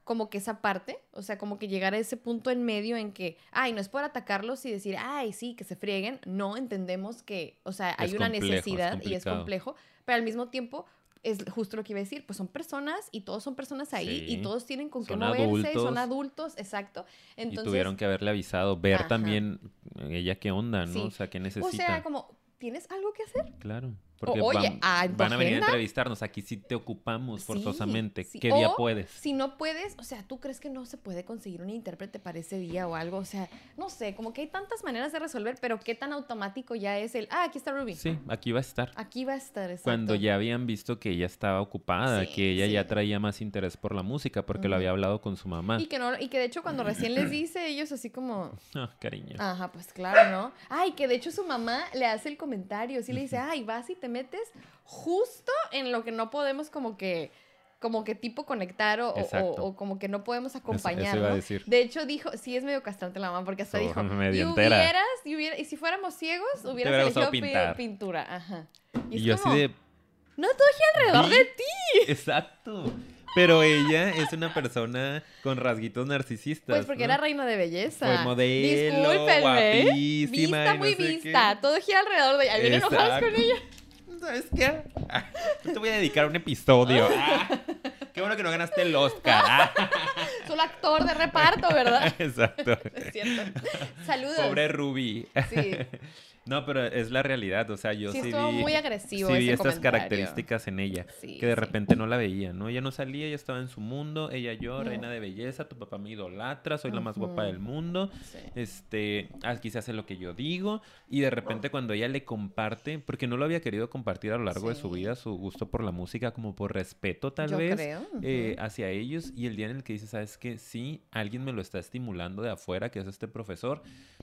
como que esa parte, o sea, como que llegar a ese punto en medio en que, ay, no es por atacarlos y decir, ay, sí, que se frieguen. No, entendemos que, o sea, hay Es una complejo, es necesidad y es complicado. complejo, pero al mismo tiempo es justo lo que iba a decir, pues son personas y todos son personas ahí y Sí. todos tienen con qué Son moverse, son adultos. adultos, exacto. Y Entonces, tuvieron que haberle avisado, ver Ajá. también ella qué onda, ¿no? Sí. O sea, qué o necesita. sea, como, ¿tienes algo que hacer? Claro, porque oye, van, ah, ¿en tu van a venir a agenda? entrevistarnos. Aquí sí te ocupamos Sí, forzosamente. sí. ¿Qué día O, puedes? Si no puedes, o sea, ¿tú crees que no se puede conseguir un intérprete para ese día o algo? O sea, no sé, como que hay tantas maneras de resolver, pero qué tan automático ya es el, ah, aquí está Ruby. Sí, aquí va a estar. Aquí va a estar, exacto. Cuando ya habían visto que ella estaba ocupada, Sí, que ella sí. ya traía más interés por la música, porque lo Ujú. había hablado con su mamá. Y que, no, y que de hecho cuando recién les dice, ellos así como, Ah, cariño. ajá, pues claro, ¿no? Ay, que de hecho su mamá le hace el comentario, sí le dice, ay, vas y te metes justo en lo que no podemos como que, como que tipo conectar o, o, Exacto. o como que no podemos Eso- acompañar, eso iba a ¿no? decir. De hecho dijo, sí es medio castrante la mamá, porque hasta So, dijo, medio y entera. hubieras, y, hubiera- y si fuéramos ciegos, hubieras hubiera elegido gustado pi- pintar. pintura, ajá. Y, Y es yo como, así de... no, todo gira alrededor "Vi". de ti. Exacto. Pero ella es una persona con rasguitos narcisistas. Pues porque ¿no? era reina de belleza. Fue modelo, Discúlpenme. guapísima Vista y no muy sé vista. qué. Todo gira alrededor de ella. Vienen enojadas con Exacto. ella. ¿Sabes qué? Ah, yo te voy a dedicar un episodio. Ah, qué bueno que no ganaste el Oscar. Ah. Solo actor de reparto, ¿verdad? Exacto. Es cierto. Saludos. Pobre Ruby. Sí. No, pero es la realidad, o sea, yo Sí, sí, estuvo vi, muy agresivo sí vi ese estas comentario. características en ella, Sí, que de sí. repente no la veía, ¿no? Ella no salía, ella estaba en su mundo, ella yo, No. reina de belleza, tu papá me idolatra, soy la más guapa Ujú. del mundo, Sí. este, aquí se hace lo que yo digo, y de repente cuando ella le comparte, porque no lo había querido compartir a lo largo de su Sí. vida, su gusto por la música, como por respeto tal Yo vez, creo. Ujú. eh, hacia ellos, y el día en el que dice, ¿sabes qué? Sí, alguien me lo está estimulando de afuera, que es este profesor,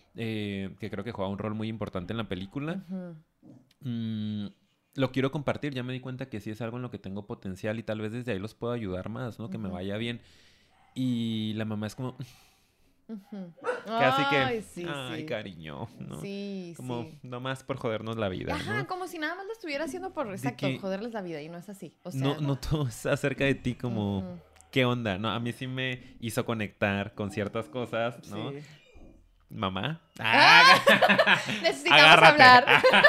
eh, que creo que juega un rol muy importante en la película. Ujú. Mm, lo quiero compartir, ya me di cuenta que sí es algo en lo que tengo potencial y tal vez desde ahí los puedo ayudar más, ¿no? Que me Ujú. vaya bien. Y la mamá es como, Ujú. casi que, Ay, sí, ay, sí. cariño, ¿no? Sí, Como, sí. nomás por jodernos la vida, Ajá, ¿no? como si nada más lo estuviera haciendo por, exacto, que- joderles la vida y no es así. O sea, No, no todo es acerca de ti como, Ujú. ¿qué onda? No, a mí sí me hizo conectar con ciertas cosas, ¿no? Sí. Mamá. ¡Ah! Necesitamos Agárrate. hablar.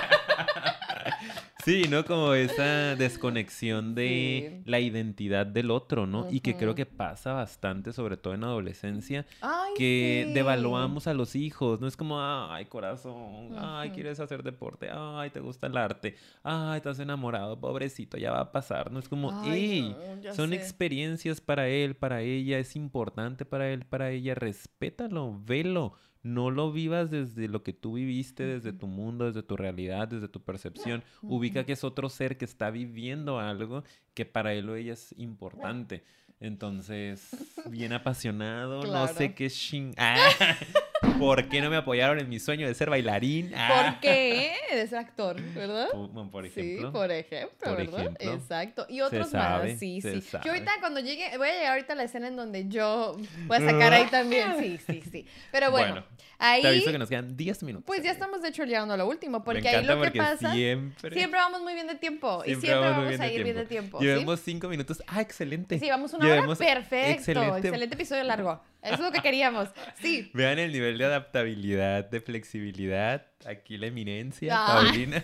Sí, ¿no? Como esa desconexión de Sí. la identidad del otro, ¿no? Y que creo Ujú. que pasa bastante, sobre todo en adolescencia, Ay, que sí. devaluamos a los hijos. No es como, ay, corazón, ay, Ujú. quieres hacer deporte, ay, te gusta el arte, ay, estás enamorado, pobrecito, ya va a pasar. No es como, Ay, hey, no, ya son sé. experiencias para él, para ella, es importante para él, para ella, respétalo, velo. No lo vivas desde lo que tú viviste, desde Ujú. tu mundo, desde tu realidad, desde tu percepción. Ubica Ujú. que es otro ser que está viviendo algo que para él o ella es importante. Entonces, bien apasionado, no sé Claro. qué ching... Ah, ¿por qué no me apoyaron en mi sueño de ser bailarín? Ah. ¿Por qué? De ser actor, ¿verdad? Pu- Por ejemplo. Sí, por ejemplo, Por ¿verdad? ejemplo. Exacto. Y Se otros sabe, más, sí, se sí. sabe. Yo ahorita cuando llegue, voy a llegar ahorita a la escena en donde yo voy a sacar ahí también. Sí, sí, sí. Pero bueno, Bueno, ahí, Te aviso que nos quedan diez minutos. pues ya amigo. estamos de hecho llegando a lo último, porque Me ahí encanta lo que porque pasa, siempre... siempre vamos muy bien de tiempo. y siempre muy vamos bien a de ir bien de tiempo. ¿sí? Llevemos cinco minutos. Ah, excelente. Sí, vamos una Llevemos hora. Perfecto. Excelente. excelente- episodio largo. Eso es lo que queríamos. Sí. Vean el nivel de adaptabilidad, de flexibilidad. Aquí la eminencia, Ay. Paulina.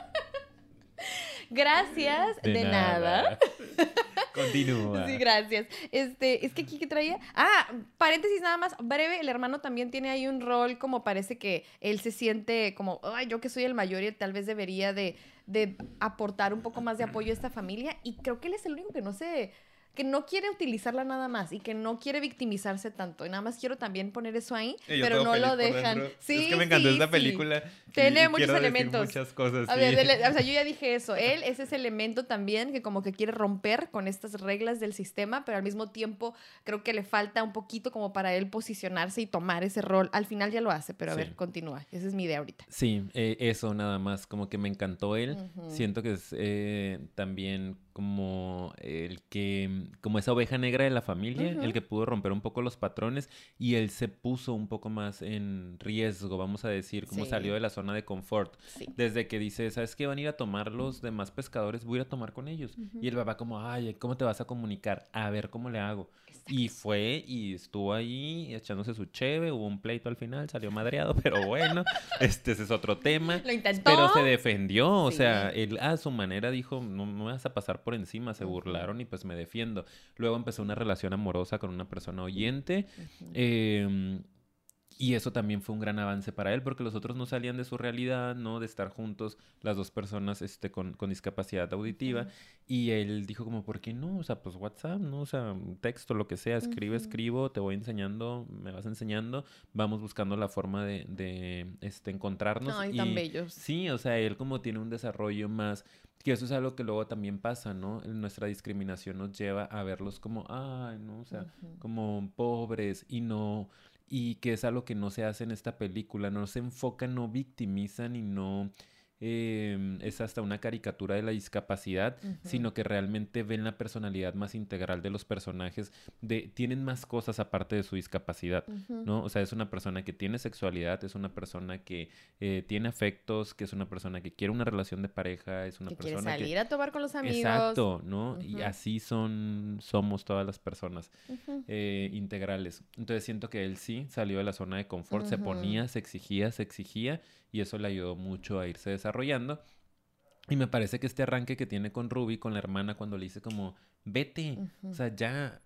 Gracias. De, nada. Continúa. Sí, gracias. Este, es que aquí que traía. Ah, paréntesis nada más, breve. El hermano también tiene ahí un rol, como parece que él se siente como, ay, yo que soy el mayor y tal vez debería de, de aportar un poco más de apoyo a esta familia. Y creo que él es el único que no se. Que no quiere utilizarla nada más y que no quiere victimizarse tanto. Y nada más quiero también poner eso ahí, Y yo pero todo no feliz lo por dejan. dentro. Sí, es que me encantó sí, esta sí. película. y- Tiene y muchos quiero decir elementos. muchas cosas. A sí. ver, dele- o sea, yo ya dije eso. Él es ese elemento también que como que quiere romper con estas reglas del sistema, pero al mismo tiempo creo que le falta un poquito como para él posicionarse y tomar ese rol. Al final ya lo hace, pero a Sí. ver, continúa. Esa es mi idea ahorita. Sí, eh, eso nada más, como que me encantó él. Ujú. Siento que es eh, también como el que, como esa oveja negra de la familia, Ujú. el que pudo romper un poco los patrones y él se puso un poco más en riesgo, vamos a decir, como salió Sí, de la zona de confort. sí. Desde que dice, ¿sabes qué? Van a ir a tomar los demás pescadores, voy a ir a tomar con ellos. Y Ujú. el papá como, ay, ¿cómo te vas a comunicar? A ver cómo le hago. Y Exacto. fue y estuvo ahí echándose su cheve, hubo un pleito al final, salió madreado, pero bueno, este ese es otro tema. Lo intentó. Pero se defendió, o sea, Sí. él a su manera dijo, no me vas a pasar por encima, se Ujú, burlaron y pues me defiendo. Luego empezó una relación amorosa con una persona oyente. ujú. em, y eso también fue un gran avance para él, porque los otros no salían de su realidad, ¿no? De estar juntos, las dos personas este, con, con discapacidad auditiva. Ujú, Y él dijo como, ¿por qué no? O sea, pues WhatsApp, ¿no? O sea, texto, lo que sea, escribe, ujú. escribo, te voy enseñando, me vas enseñando, vamos buscando la forma de, de este, encontrarnos. Ay, tan Y bellos. sí, o sea, él como tiene un desarrollo más, que eso es algo que luego también pasa, ¿no? Nuestra discriminación nos lleva a verlos como, ay, ¿no? O sea, Ujú. como pobres y no y que es algo que no se hace en esta película, no se enfocan, no victimizan y no eh, es hasta una caricatura de la discapacidad, Ujú, sino que realmente ven la personalidad más integral de los personajes, de, tienen más cosas aparte de su discapacidad, ujú. ¿no? O sea, es una persona que tiene sexualidad, es una persona que eh, tiene afectos, que es una persona que quiere una relación de pareja, es una Que quiere persona que... salir a tomar con los amigos. Exacto, ¿no? Y Ujú, así son, somos todas las personas ujú, eh, integrales. Entonces siento que él sí salió de la zona de confort, se ujú, ponía, se exigía, se exigía y eso le ayudó mucho a irse desarrollando. Y me parece que este arranque que tiene con Ruby, con la hermana, cuando le dice como, vete, o ujú. sea, ya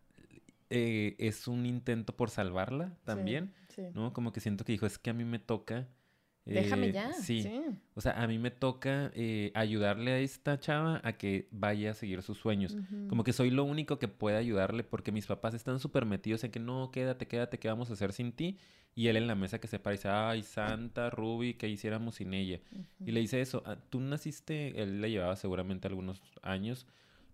eh, es un intento por salvarla Sí, también, sí. ¿no? Como que siento que dijo, es que a mí me toca, Déjame eh, ya, sí, sí. o sea, a mí me toca eh, ayudarle a esta chava a que vaya a seguir sus sueños. Ujú. Como que soy lo único que puede ayudarle porque mis papás están súper metidos en que no, quédate, quédate, ¿qué vamos a hacer sin ti? Y él en la mesa que se para y dice, ay, Santa, Ruby, ¿qué hiciéramos sin ella? Y Ujú. le dice eso, "Ah, tú naciste, él le llevaba seguramente algunos años,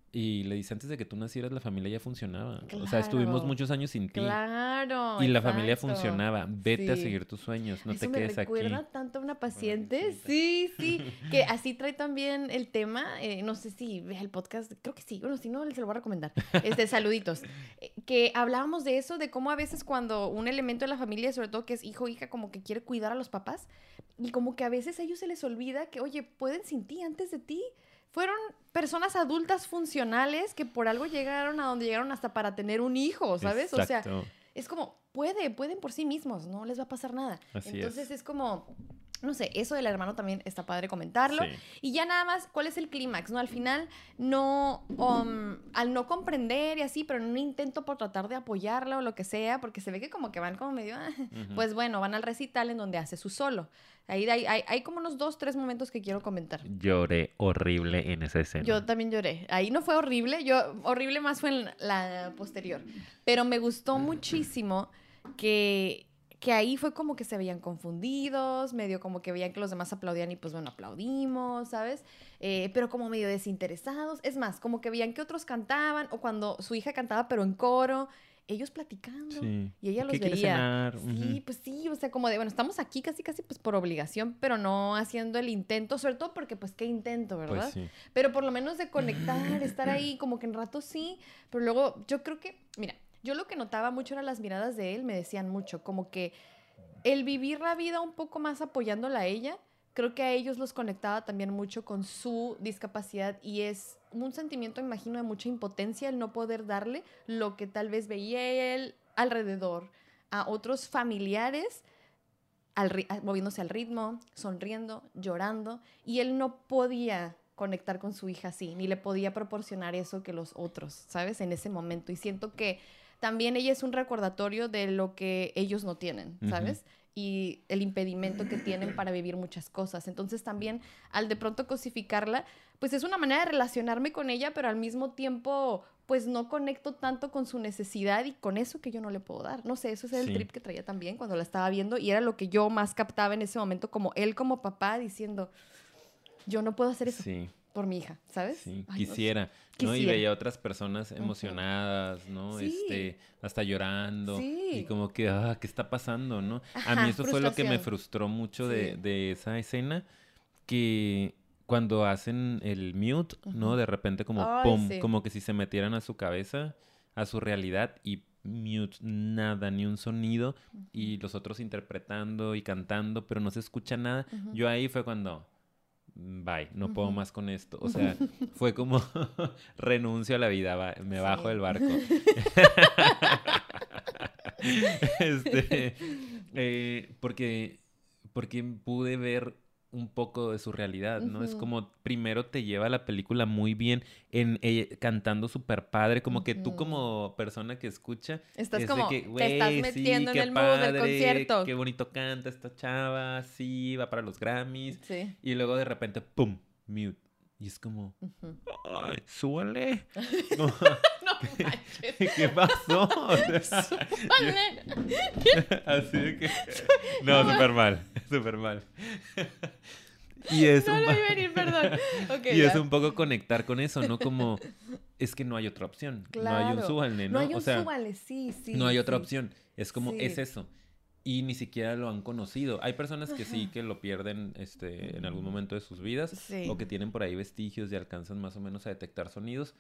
y le dice, antes de que tú nacieras, la familia ya funcionaba. O sea, estuvimos Claro, muchos años sin ti. claro, Y la familia exacto. funcionaba. Vete a Sí. seguir tus sueños, no Eso te me quedes aquí. recuerda tanto a una Se pone bien paciente. chinita. Sí, sí, que así trae también el tema. Eh, no sé si vea el podcast, creo que sí. Bueno, si no, se lo voy a recomendar. Este, saluditos. Eh, que hablábamos de eso, de cómo a veces cuando un elemento de la familia, sobre todo que es hijo o hija, como que quiere cuidar a los papás, y como que a veces a ellos se les olvida que, oye, pueden sin ti, antes de ti. Fueron personas adultas funcionales que por algo llegaron a donde llegaron hasta para tener un hijo, ¿sabes? O sea, Exacto. es como, puede, pueden por sí mismos, no les va a pasar nada. Así Entonces es. es como, no sé, eso del hermano también está padre comentarlo. Sí. Y ya nada más, ¿cuál es el clímax? ¿No? Al final, no, um, al no comprender y así, pero en un intento por tratar de apoyarla o lo que sea, porque se ve que como que van como medio, ah, Ujú. pues bueno, van al recital en donde hace su solo. Ahí hay, hay, hay como unos dos, tres momentos que quiero comentar. Lloré horrible en esa Yo escena. también lloré. Ahí no fue horrible, yo horrible más fue en la posterior. Pero me gustó muchísimo que, que ahí fue como que se veían confundidos, medio como que veían que los demás aplaudían y pues bueno, aplaudimos, ¿sabes? Eh, pero como medio desinteresados. Es más, como que veían que otros cantaban o cuando su hija cantaba pero en coro, ellos platicando Sí. y ella ¿Y los qué quieres veía. cenar? Ujú. Sí, pues sí, o sea, como de, bueno, estamos aquí casi casi pues por obligación, pero no haciendo el intento, sobre todo porque pues qué intento, Pues ¿verdad? sí. Pero por lo menos de conectar, estar ahí, como que en rato sí, pero luego yo creo que, mira, yo lo que notaba mucho eran las miradas de él, me decían mucho, como que el vivir la vida un poco más apoyándola a ella, creo que a ellos los conectaba también mucho con su discapacidad y es un sentimiento, imagino, de mucha impotencia el no poder darle lo que tal vez veía él alrededor a otros familiares al ri- a- moviéndose al ritmo, sonriendo, llorando, y él no podía conectar con su hija así, ni le podía proporcionar eso que los otros, ¿sabes? En ese momento. Y siento que también ella es un recordatorio de lo que ellos no tienen, Ujú. ¿sabes? Y el impedimento que tienen para vivir muchas cosas. Entonces también al de pronto cosificarla, pues es una manera de relacionarme con ella, pero al mismo tiempo pues no conecto tanto con su necesidad y con eso que yo no le puedo dar. No sé, eso es el Sí. trip que traía también cuando la estaba viendo y era lo que yo más captaba en ese momento, como él como papá diciendo, yo no puedo hacer eso Sí. por mi hija, ¿sabes? Sí, Ay, no sé. quisiera, ¿no? Y Quisiera. veía a otras personas Ujú. emocionadas, ¿no? Sí, Este, hasta llorando y sí. como que, ah, ¿qué está pasando, no? A mí Ajá, eso fue lo que me frustración. frustró mucho de, Sí. de esa escena, que cuando hacen el mute, ¿no? Ujú. De repente como Ay, pum, sí. como que si se metieran a su cabeza, a su realidad y mute, nada, ni un sonido Ujú, y los otros interpretando y cantando, pero no se escucha nada. ujú, Yo ahí fue cuando, "Mm, bye, no puedo ujú. más con esto". O sea, fue como renuncio a la vida, va- me bajo Sí. del barco. Este, eh, porque, porque pude ver un poco de su realidad, ¿no? Es Ujú, como primero te lleva la película muy bien en eh, cantando súper padre, como que tú ujú. como persona que escucha Estás es de como, que, te estás güey, sí, metiendo en qué el mood del padre, concierto. qué bonito canta esta chava, sí, va para los Grammys Sí. y luego de repente, ¡pum! Mute. Y es como, Ujú. ¡ay, súbale! Como, No manches. ¿Qué, qué pasó? O sea, yo- Súbale. así de que... No, No, ma- súper mal, súper mal. Y es no un... lo po- vi venir, perdón. Ok, y es ya. un poco conectar con eso, ¿no? Como, es que no hay otra opción. No hay un Claro. súbale, No ¿no? hay O un sea, súbale, sí, no sí, hay otra sí. opción. Es como, es Sí. eso. Y ni siquiera lo han conocido. Hay personas que sí, Ajá. que lo pierden este, en algún Mm, momento de sus vidas sí. o que tienen por ahí vestigios y alcanzan más o menos a detectar sonidos.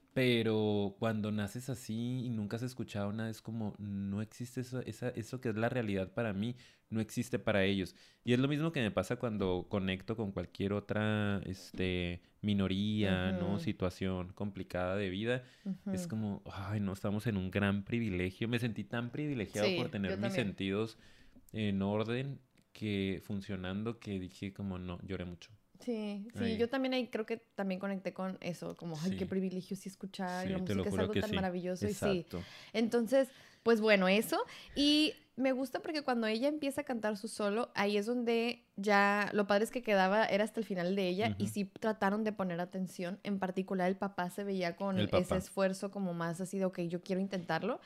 Pero cuando naces así y nunca has escuchado nada, es como, no existe eso, esa, eso que es la realidad para mí, no existe para ellos. Y es lo mismo que me pasa cuando conecto con cualquier otra, este, minoría, ¿no? Ujú, Situación complicada de vida. Es ujú. como, ay, no, estamos en un gran privilegio. Me sentí tan privilegiado por Sí, tener yo mis también. sentidos en orden, que funcionando, que dije como, no, lloré mucho. Sí, sí, Ahí, yo también ahí creo que también conecté con eso, como, ay, qué sí, privilegio sí escuchar y la sí, te lo música es juro algo que tan sí. maravilloso y sí. Exacto. Entonces, pues bueno, eso. Y me gusta porque cuando ella empieza a cantar su solo, ahí es donde ya lo padre es que quedaba, era hasta el final de ella y Ujú. sí trataron de poner atención. En particular, el papá se veía con El ese papá. esfuerzo como más así de, ok, yo quiero intentarlo.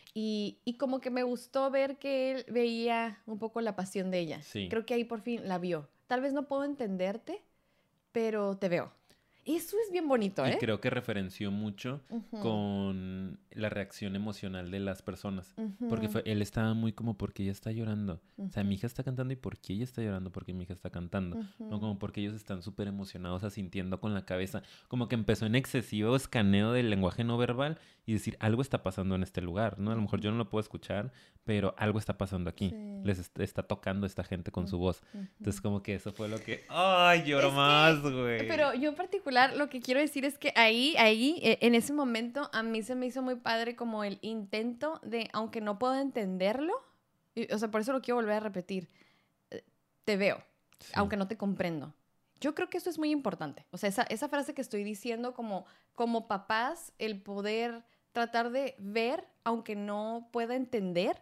Y, y como que me gustó ver que él veía un poco la pasión de ella. Sí. Creo que ahí por fin la vio. Tal vez no puedo entenderte, pero te veo. Eso es bien bonito, Y ¿eh? creo que referenció mucho Ujú, con la reacción emocional de las personas. Porque ujú, fue, él estaba muy como, ¿por qué ella está llorando? O sea, mi ujú, hija está cantando y ¿por qué ella está llorando? Porque mi hija está cantando. No ujú. como porque ellos están súper emocionados, asintiendo con la cabeza. Como que empezó en excesivo escaneo del lenguaje no verbal y decir, algo está pasando en este lugar, ¿no? A lo mejor yo no lo puedo escuchar, pero algo está pasando aquí. Sí. Les est- está tocando esta gente con Mm, su voz. Entonces ujú. como que eso fue lo que... ¡Ay, lloro Es más, que, güey! pero yo en particular lo que quiero decir es que ahí, ahí, eh, en ese momento, a mí se me hizo muy padre como el intento de, aunque no puedo entenderlo, y- o sea, por eso lo quiero volver a repetir, eh, te veo, Sí. aunque no te comprendo. Yo creo que eso es muy importante. O sea, esa, esa frase que estoy diciendo como, como papás, el poder tratar de ver, aunque no pueda entender,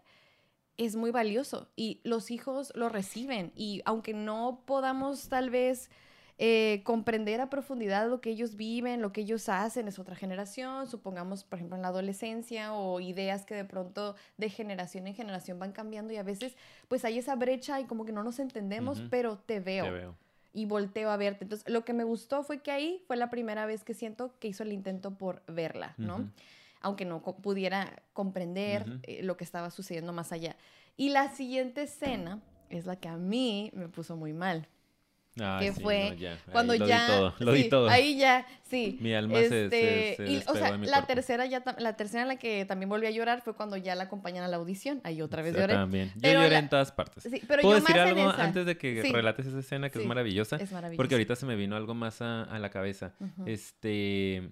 es muy valioso y los hijos lo reciben y aunque no podamos tal vez eh, comprender a profundidad lo que ellos viven, lo que ellos hacen, es otra generación, supongamos por ejemplo en la adolescencia o ideas que de pronto de generación en generación van cambiando y a veces pues hay esa brecha y como que no nos entendemos, Ujú. pero te Te veo veo. y volteo a verte. Entonces lo que me gustó fue que ahí fue la primera vez que siento que hizo el intento por verla, ¿no? Ujú, Aunque no co- pudiera comprender ujú. eh, lo que estaba sucediendo más allá. Y la siguiente escena es la que a mí me puso muy mal, Ay, que sí, no, fue ya. Ahí cuando lo di ya, todo, lo di sí, todo. ahí ya, sí, Mi alma se, se, este, se y, o despegó de sea, mi la cuerpo. tercera ya, ta- la tercera en la que también volví a llorar fue cuando ya la acompañan a la audición, ahí otra vez Sí, lloré, también. Yo pero lloré la, en todas partes. sí, pero ¿Puedo yo decir más en algo esa, antes de que sí, relates esa escena que es sí, maravillosa? es Porque maravillosa. ahorita se me vino algo más a, a la cabeza. Ujú. Este,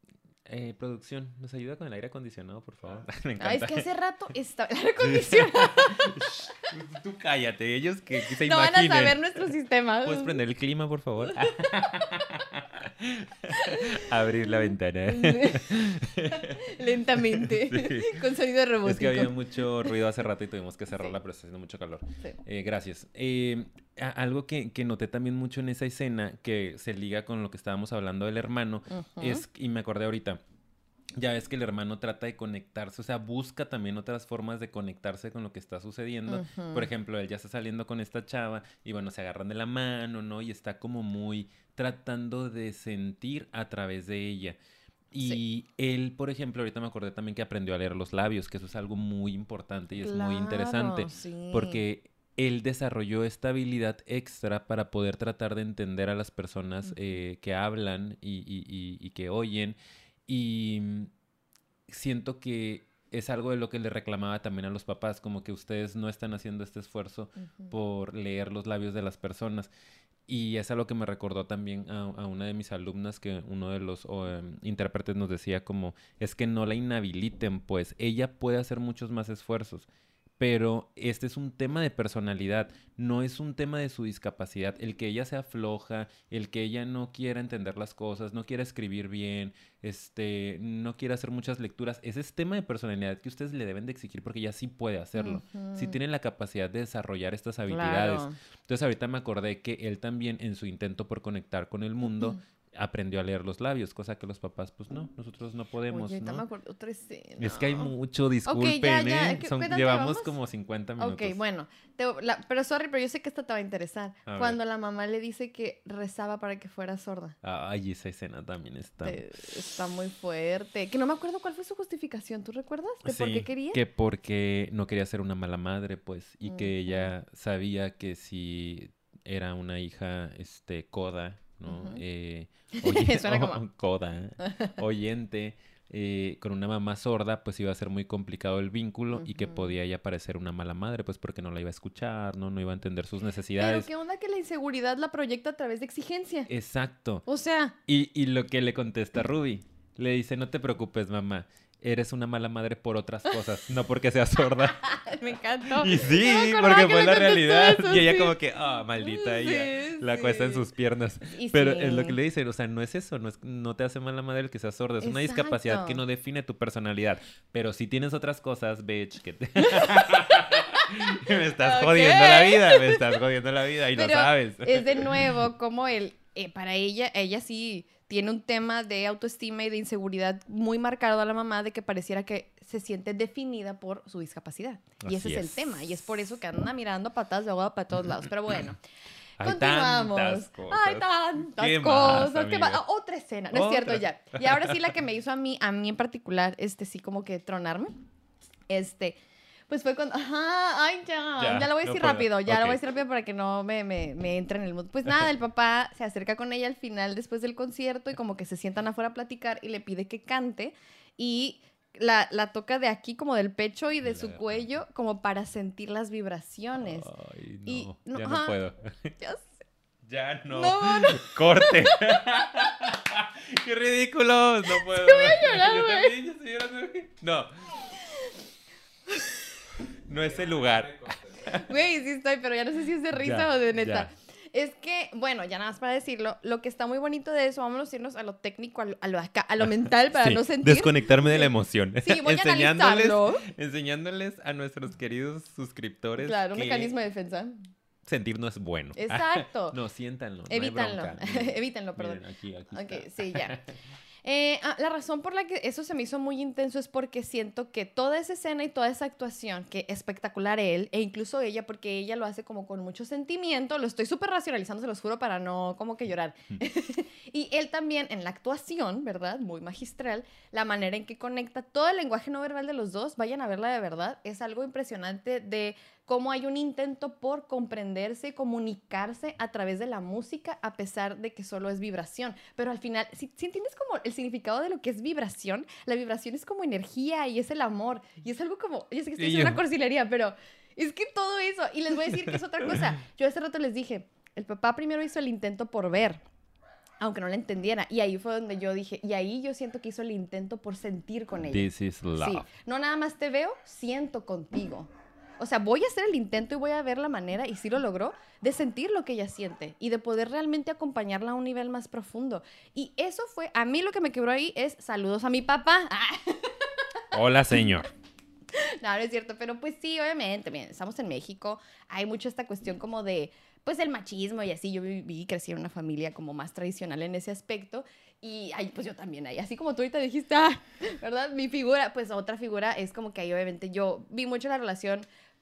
eh, producción, ¿nos ayuda con el aire acondicionado, por favor? Me Ah, es encanta. que hace rato está el aire Sí. acondicionado. Shh, Tú cállate, ellos que, que se No van a imaginen. saber nuestro sistema. ¿Puedes prender el clima, por favor? Abrir la ventana. Lentamente, Sí. con sonido Es que robótico. había mucho ruido hace rato y tuvimos que cerrarla, Sí, pero está haciendo mucho calor. sí. Eh, gracias. Eh, a- algo que, que noté también mucho en esa escena, que se liga con lo que estábamos hablando del hermano, Ujú, es, y me acordé ahorita, ya ves que el hermano trata de conectarse, o sea, busca también otras formas de conectarse con lo que está sucediendo. Por ujú. ejemplo, él ya está saliendo con esta chava y bueno, se agarran de la mano, ¿no? Y está como muy tratando de sentir a través de ella. Sí, Y él, por ejemplo, ahorita me acordé también que aprendió a leer los labios, que eso es algo muy importante y es muy claro, interesante, sí. porque él desarrolló esta habilidad extra para poder tratar de entender a las personas eh, que hablan y, y, y, y que oyen. Y siento que es algo de lo que le reclamaba también a los papás, como que ustedes no están haciendo este esfuerzo uh-huh. por leer los labios de las personas. Y es algo que me recordó también a, a una de mis alumnas, que uno de los o, um, intérpretes nos decía como, es que no la inhabiliten, pues ella puede hacer muchos más esfuerzos. Pero este es un tema de personalidad, no es un tema de su discapacidad. El que ella sea floja, el que ella no quiera entender las cosas, no quiera escribir bien, este, no quiera hacer muchas lecturas, ese es tema de personalidad que ustedes le deben de exigir porque ella sí puede hacerlo. Uh-huh. Sí tiene la capacidad de desarrollar estas habilidades. Claro. Entonces ahorita me acordé que él también en su intento por conectar con el mundo... Uh-huh. aprendió a leer los labios, cosa que los papás, pues no, nosotros no podemos, Oye, ¿no? me acuerdo otra escena. Es que hay mucho, disculpen, okay, ya, ya. ¿eh? Son, Cuéntate, llevamos ¿vamos? Como cincuenta minutos. Ok, bueno, te, la, pero sorry, pero yo sé que esta te va a interesar. A Cuando ver. La mamá le dice que rezaba para que fuera sorda. Ay, esa escena también está... Te, está muy fuerte. Que no me acuerdo cuál fue su justificación, ¿tú recuerdas? ¿De sí, por qué quería? Que porque no quería ser una mala madre, pues, y uh-huh. que ella sabía que si era una hija, este, coda... ¿no? Uh-huh. Eh, oye, Suena como... coda, oyente, eh, con una mamá sorda, pues iba a ser muy complicado el vínculo uh-huh. y que podía ella parecer una mala madre, pues porque no la iba a escuchar, ¿no? No iba a entender sus necesidades. Pero qué onda que la inseguridad la proyecta a través de exigencia. Exacto. O sea... Y, y lo que le contesta Ruby, le dice, no te preocupes, mamá. Eres una mala madre por otras cosas, no porque seas sorda. Me encantó. Y sí, no porque fue la realidad. Eso, y ella sí. como que, ah, oh, maldita sí, ella. La sí. cuesta en sus piernas. Y Pero sí. es lo que le dicen, o sea, no es eso, no, es, no te hace mala madre el que seas sorda. Es Exacto. Una discapacidad que no define tu personalidad. Pero si tienes otras cosas, bitch, que te... me estás okay. jodiendo la vida, me estás jodiendo la vida y Pero lo sabes. Es de nuevo como el, eh, para ella, ella sí... tiene un tema de autoestima y de inseguridad muy marcado a la mamá, de que pareciera que se siente definida por su discapacidad. Y Así ese es. es el tema. Y es por eso que anda mirando patadas de agua para todos lados. Pero bueno, Hay continuamos. Tantas cosas. Hay tantas ¿Qué cosas. más, ¿Qué más? Ah, otra escena. No ¿Otra? es cierto, ya. Y ahora sí la que me hizo a mí, a mí en particular, este sí como que tronarme. Este... Pues fue cuando, ajá, ay, ya, ya, ya lo voy a decir no rápido, ya okay. lo voy a decir rápido para que no me, me, me entre en el mood. Pues nada, el papá se acerca con ella al final después del concierto y como que se sientan afuera a platicar y le pide que cante y la, la toca de aquí como del pecho y de su cuello como para sentir las vibraciones. Ay, no, y, no ya no ajá, puedo. Ya sé. Ya no. No, no. Corte. ¡Qué ridículos! No puedo. Sí, voy a llorar, yo también, yo estoy llorando. No. No es el lugar. Güey, sí estoy, pero ya no sé si es de risa ya, o de neta. Ya. Es que, bueno, ya nada más para decirlo, lo que está muy bonito de eso, vámonos a irnos a lo técnico, a lo, a lo, acá, a lo mental, para sí, no sentir. Desconectarme de la emoción. Sí, voy enseñándoles, a analizarlo. enseñándoles a nuestros queridos suscriptores. Claro, un que mecanismo de defensa. Sentir no es bueno. Exacto. No, siéntanlo. Evítanlo. No hay bronca. Evítanlo, perdón. Miren, aquí, aquí Ok, está. sí, ya. Eh, ah, la razón por la que eso se me hizo muy intenso es porque siento que toda esa escena y toda esa actuación, que espectacular él, e incluso ella, porque ella lo hace como con mucho sentimiento, lo estoy súper racionalizando, se los juro, para no como que llorar. Y él también en la actuación, ¿verdad? Muy magistral, la manera en que conecta todo el lenguaje no verbal de los dos, vayan a verla de verdad, es algo impresionante de cómo hay un intento por comprenderse y comunicarse a través de la música, a pesar de que solo es vibración. Pero al final, si, si entiendes como el significado de lo que es vibración, la vibración es como energía y es el amor. Y es algo como, yo sé que estoy haciendo una cursilería, pero es que todo eso. Y les voy a decir que es otra cosa. Yo hace rato les dije, el papá primero hizo el intento por ver, aunque no la entendiera. Y ahí fue donde yo dije, y ahí yo siento que hizo el intento por sentir con ella. This is love. Sí, no nada más te veo, siento contigo. O sea, voy a hacer el intento y voy a ver la manera, y sí lo logró, de sentir lo que ella siente y de poder realmente acompañarla a un nivel más profundo. Y eso fue, a mí lo que me quebró ahí es saludos a mi papá. Hola, señor. No, no es cierto, pero pues sí, obviamente, miren, estamos en México, hay mucho esta cuestión como de, pues el machismo y así. Yo viví y crecí en una familia como más tradicional en ese aspecto. Y ahí, pues yo también ahí, así como tú ahorita dijiste, ah, ¿verdad? Mi figura, pues otra figura es como que ahí obviamente yo vi mucho la relación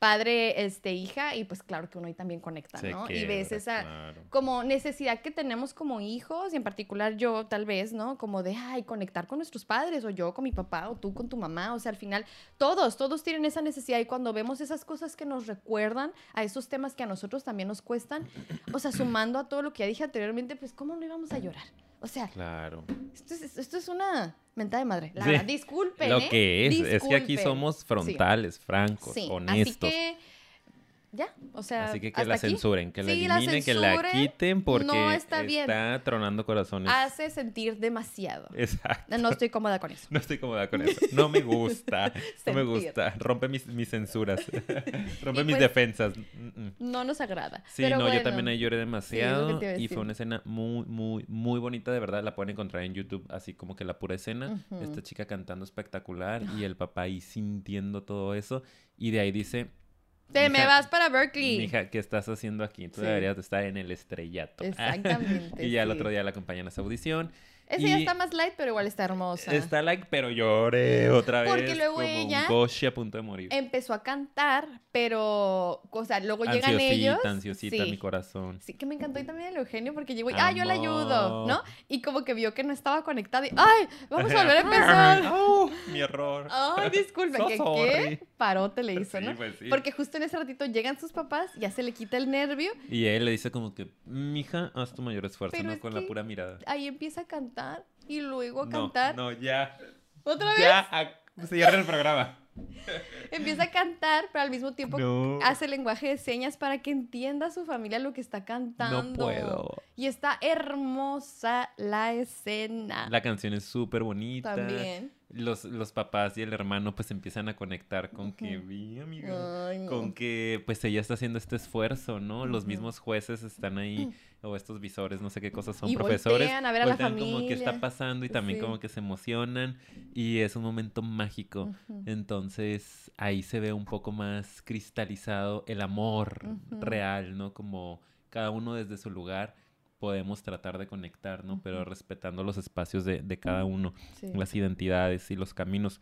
padre, este, hija, y pues claro que uno ahí también conecta, Se ¿no? quiebra, y ves esa claro. como necesidad que tenemos como hijos, y en particular yo tal vez, ¿no? Como de, ay, conectar con nuestros padres, o yo con mi papá, o tú con tu mamá, o sea, al final todos, todos tienen esa necesidad, y cuando vemos esas cosas que nos recuerdan a esos temas que a nosotros también nos cuestan, o sea, sumando a todo lo que ya dije anteriormente, pues ¿cómo no íbamos a llorar? O sea, Claro. esto es, esto es una mentada de madre. La Sí. verdad, disculpen, Lo ¿eh? que es, es que aquí Disculpen. somos frontales, francos, Sí, honestos. así que ya, o sea, Así que que hasta la aquí. censuren, que la Sí, la eliminen, que la censuren, quiten porque no está bien. está tronando corazones. Hace sentir demasiado. Exacto. No estoy cómoda con eso. No estoy cómoda con eso. No me gusta. No me Sentir. gusta. Rompe mis, mis censuras. Rompe Y mis pues, defensas. Mm, mm. No nos agrada. Sí, Pero no, bueno, yo también ahí lloré sí, es lo demasiado. que te iba a Y decir. fue una escena muy, muy, muy bonita, de verdad. La pueden encontrar en YouTube, así como que la pura escena. Ujú. Esta chica cantando espectacular y el papá ahí sintiendo todo eso. Y de ahí dice, Te me "Mija, vas para Berkeley. mija, ¿qué estás haciendo aquí? Tú Sí. deberías de estar en el estrellato." Exactamente, Y ya el sí. otro día la acompañan a esa audición. Esa ya y está más light, pero igual está hermosa. Está like, pero lloré otra vez. Porque luego como ella un Goshi a punto de morir. Empezó a cantar, pero, o sea, luego llegan Ansiosita, ellos. ansiosita sí. mi corazón. Sí, que me encantó y también el Eugenio porque llegó y, ah, yo le ayudo, Amor. ¿no? Y como que vio que no estaba conectado y, ay, vamos a volver a empezar. ¡Oh! Mi error. Ay, disculpe, So que sorry. qué parote le hizo, Sí, ¿no? pues sí. Porque justo en ese ratito llegan sus papás, ya se le quita el nervio, Y él le dice como que, mija, haz tu mayor esfuerzo, Pero ¿no? es Con que- la pura mirada. ahí empieza a cantar y luego a No, cantar. no, ya. ¿Otra vez? Ya, a- cierra el programa. Empieza a cantar, pero al mismo tiempo No. hace lenguaje de señas para que entienda su familia lo que está cantando. No puedo. Y está hermosa la escena. La canción es súper bonita. También. Los, los papás y el hermano pues empiezan a conectar con que, Ujú. vi, amiga. Ay, no. Con que pues ella está haciendo este esfuerzo, ¿no? Los Ujú. mismos jueces están ahí, o estos visores, no sé qué cosas son, Y profesores. voltean a ver a la voltean como que está familia. pasando y también Sí. como que se emocionan y es un momento mágico. Ujú. Entonces ahí se ve un poco más cristalizado el amor Ujú. real, ¿no? Como cada uno desde su lugar podemos tratar de conectar, ¿no? Pero Ujú. respetando los espacios de, de cada uno, Sí. las identidades y los caminos.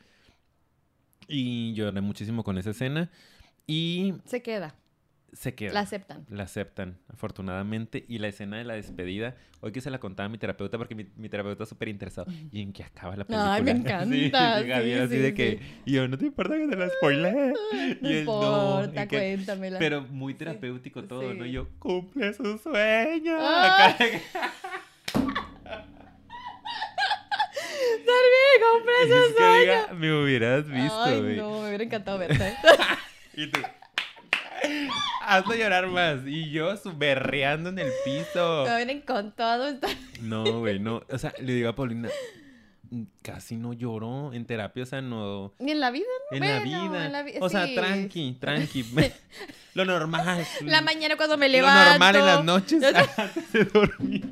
Y lloré muchísimo con esa escena y Se queda. se queda. La aceptan. La aceptan, afortunadamente. Y la escena de la despedida, hoy que se la contaba a mi terapeuta, porque mi, mi terapeuta es súper interesado. ¿Y en qué acaba la película? Ay, me Sí, encanta, sí, Gabriel, sí, así sí, de que, sí. y yo, no te importa que te la spoilee. No Y él, importa, ¿en qué? cuéntamela. Pero muy terapéutico todo, ¿no? sí. Y yo, cumple su sueño. Ah. Acá- ¡Salve, compré Es ese que sueño! diga, me hubieras visto, Ay, güey. no, me hubiera encantado verte. Y tú, hazlo llorar más. Y yo su- berreando en el piso. Me hubiera encantado estar... No, güey, no. O sea, le digo a Paulina, "Mm, casi no lloró en terapia, o sea, no. Ni en la vida, ¿no? En la Bueno, vida. en la vi- O sea, sí. tranqui, tranqui. Lo normal. La mañana cuando me Lo levanto. normal en las noches antes de dormir.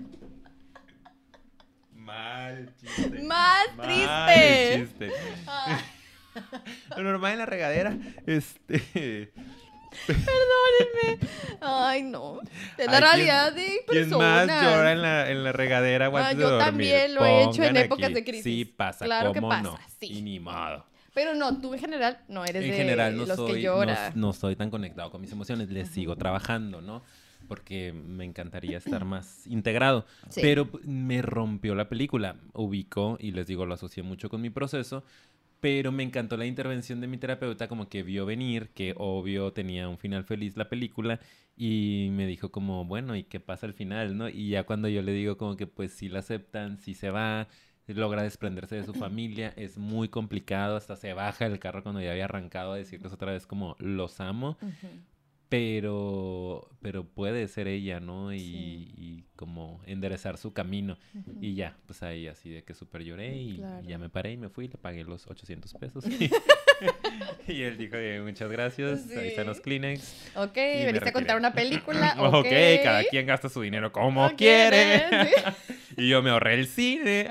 Mal chiste. Más Mal triste. chiste. Ah, Lo normal en la regadera, este... perdónenme. Ay, no. Es la Ay, realidad de ¿Quién personas. más llora en la, en la regadera o Ah, antes de yo dormir? también lo he hecho en Pongan épocas aquí. de crisis. Sí pasa, Claro que ¿cómo pasa, no? sí. Y ni modo. Pero no, tú en general no eres En de general no los soy, que no, llora. no soy tan conectado con mis emociones, les sigo trabajando, ¿no? Porque me encantaría estar más integrado. Sí. Pero p- me rompió la película. Ubicó, y les digo, lo asocié mucho con mi proceso, pero me encantó la intervención de mi terapeuta, como que vio venir, que obvio tenía un final feliz la película, y me dijo como, bueno, ¿y qué pasa al final, no? Y ya cuando yo le digo como que pues sí la aceptan, sí se va, logra desprenderse de su familia, es muy complicado, hasta se baja del carro cuando ya había arrancado a decirles otra vez como, los amo, Ujú. pero, pero puede ser ella, ¿no? Y, Sí. y como enderezar su camino. Ujú. Y ya, pues ahí así de que súper lloré y Claro. ya me paré y me fui, le pagué los ochocientos pesos. Y él dijo, "Eh, muchas gracias, ahí están Sí. los Kleenex. Ok, me veniste a retiré. contar una película. Ok, Ok, cada quien gasta su dinero como Ok, quiere. sí. Y yo me ahorré el cine.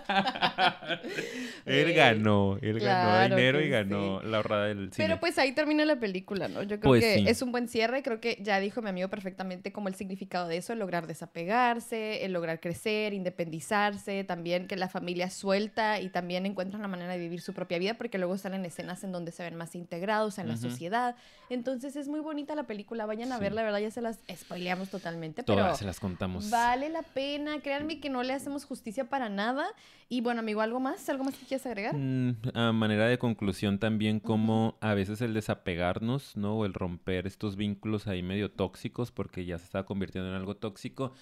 Él Eh, ganó, él ganó claro dinero que y ganó la ahorrada del cine. Pero pues ahí termina la película, ¿no? Yo creo Pues que sí. es un buen cierre. Creo que ya dijo mi amigo perfectamente como el significado de eso, el lograr desapegarse, el lograr crecer, independizarse, también que la familia suelta y también encuentran la manera de vivir su propia vida, porque luego salen escenas en donde se se ven más integrados en uh-huh. la sociedad. Entonces es muy bonita la película, vayan a sí. ver, la verdad ya se las spoileamos totalmente, Todas pero se las contamos. Vale la pena, créanme que no le hacemos justicia para nada. Y bueno, amigo, ¿algo más? ¿Algo más que quieras agregar? Mm, a manera de conclusión también como uh-huh. a veces el desapegarnos, ¿no? O el romper estos vínculos ahí medio tóxicos porque ya se está convirtiendo en algo tóxico.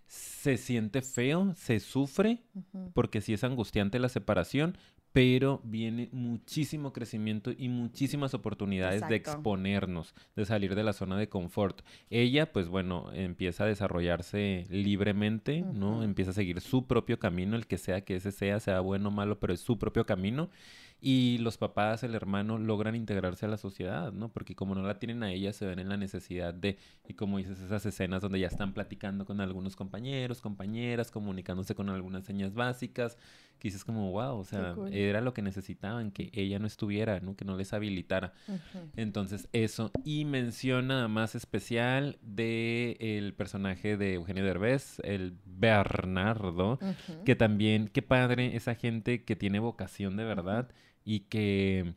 Se siente feo, se sufre, uh-huh. porque sí es angustiante la separación, pero viene muchísimo crecimiento y muchísimas oportunidades Exacto. de exponernos, de salir de la zona de confort. Ella, pues bueno, empieza a desarrollarse libremente, uh-huh. ¿no? Empieza a seguir su propio camino, el que sea que ese sea, sea bueno o malo, pero es su propio camino. Y los papás, el hermano, logran integrarse a la sociedad, ¿no? Porque como no la tienen a ella, se ven en la necesidad de, y como dices, esas escenas donde ya están platicando con algunos compañeros, compañeras, comunicándose con algunas señas básicas, que dices como, wow, o sea, cool. era lo que necesitaban, que ella no estuviera, ¿no? Que no les habilitara. Uh-huh. Entonces, eso. Y mención nada más especial de el personaje de Eugenio Derbez, el Bernardo, uh-huh. que también, qué padre, esa gente que tiene vocación de verdad, uh-huh. y que,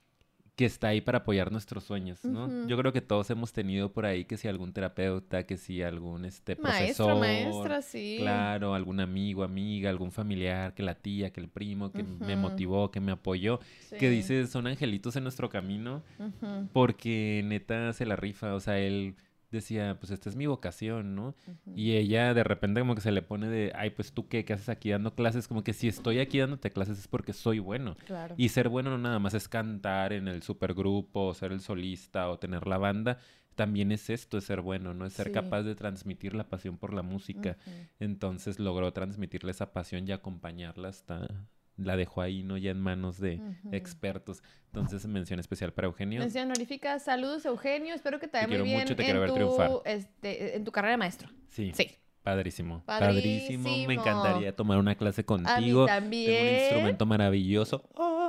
que está ahí para apoyar nuestros sueños, ¿no? Uh-huh. Yo creo que todos hemos tenido por ahí que si algún terapeuta, que si algún este, profesor. Maestro, maestra, sí. Claro, algún amigo, amiga, algún familiar, que la tía, que el primo, que uh-huh. me motivó, que me apoyó. Sí. Que dices, son angelitos en nuestro camino, uh-huh. porque neta se la rifa, o sea, él decía, pues esta es mi vocación, ¿no? Uh-huh. Y ella de repente como que se le pone de, ay, pues tú qué, ¿qué haces aquí dando clases? Como que si estoy aquí dándote clases es porque soy bueno. Claro. Y ser bueno no nada más es cantar en el supergrupo, o ser el solista, o tener la banda. También es esto, es ser bueno, ¿no? Es ser sí. capaz de transmitir la pasión por la música. Uh-huh. Entonces logró transmitirle esa pasión y acompañarla hasta... La dejó ahí, ¿no? Ya en manos de uh-huh. expertos. Entonces, mención especial para Eugenio. Mención honorífica. Saludos, Eugenio. Espero que te vaya muy bien mucho, te en, quiero ver tu, triunfar. Este, en tu carrera de maestro. Sí. Sí. Padrísimo. Padrísimo. Padrísimo. Me encantaría tomar una clase contigo. A mí también. Tengo un instrumento maravilloso. Oh.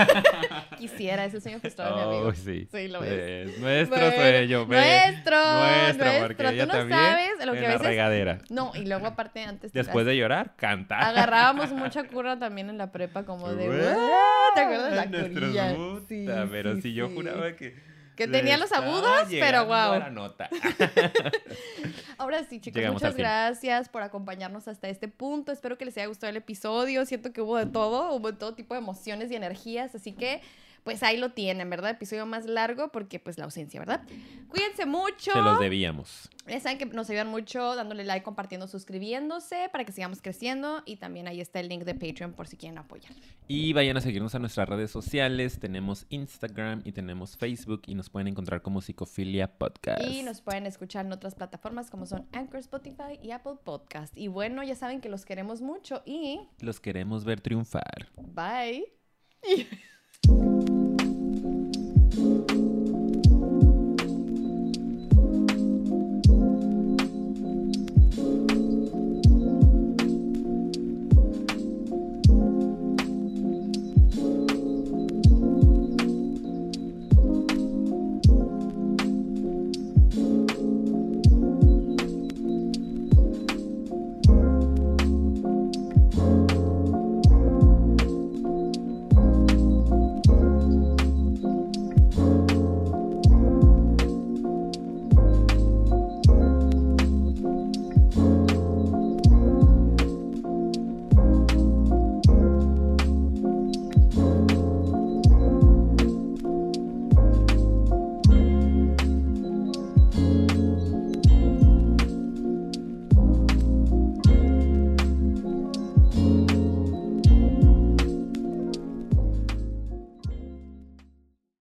Quisiera, ese sueño frustrado, oh, mi amigo. Sí. Sí, lo es. es nuestro bueno, sueño. Ve. Nuestro. Nuestro, nuestro. porque Tú ella no también sabes lo que en a la veces... regadera. No, y luego aparte antes... Después de llorar, cantar. Agarrábamos mucha curra también en la prepa, como de... ¿Te acuerdas de la curilla? Sí, pero sí, sí, yo juraba que... Que tenía los agudos, pero wow. La nota. Ahora sí, chicos, Llegamos muchas gracias por acompañarnos hasta este punto. Espero que les haya gustado el episodio. Siento que hubo de todo, hubo de todo tipo de emociones y energías, así que pues ahí lo tienen, ¿verdad? Episodio más largo porque pues la ausencia, ¿verdad? Cuídense mucho. Se los debíamos. Ya saben que nos ayudan mucho dándole like, compartiendo, suscribiéndose para que sigamos creciendo. Y también ahí está el link de Patreon por si quieren apoyar. Y vayan a seguirnos a nuestras redes sociales. Tenemos Instagram y tenemos Facebook y nos pueden encontrar como Psicofilia Podcast. Y nos pueden escuchar en otras plataformas como son Anchor, Spotify y Apple Podcast. Y bueno, ya saben que los queremos mucho y... Los queremos ver triunfar. Bye.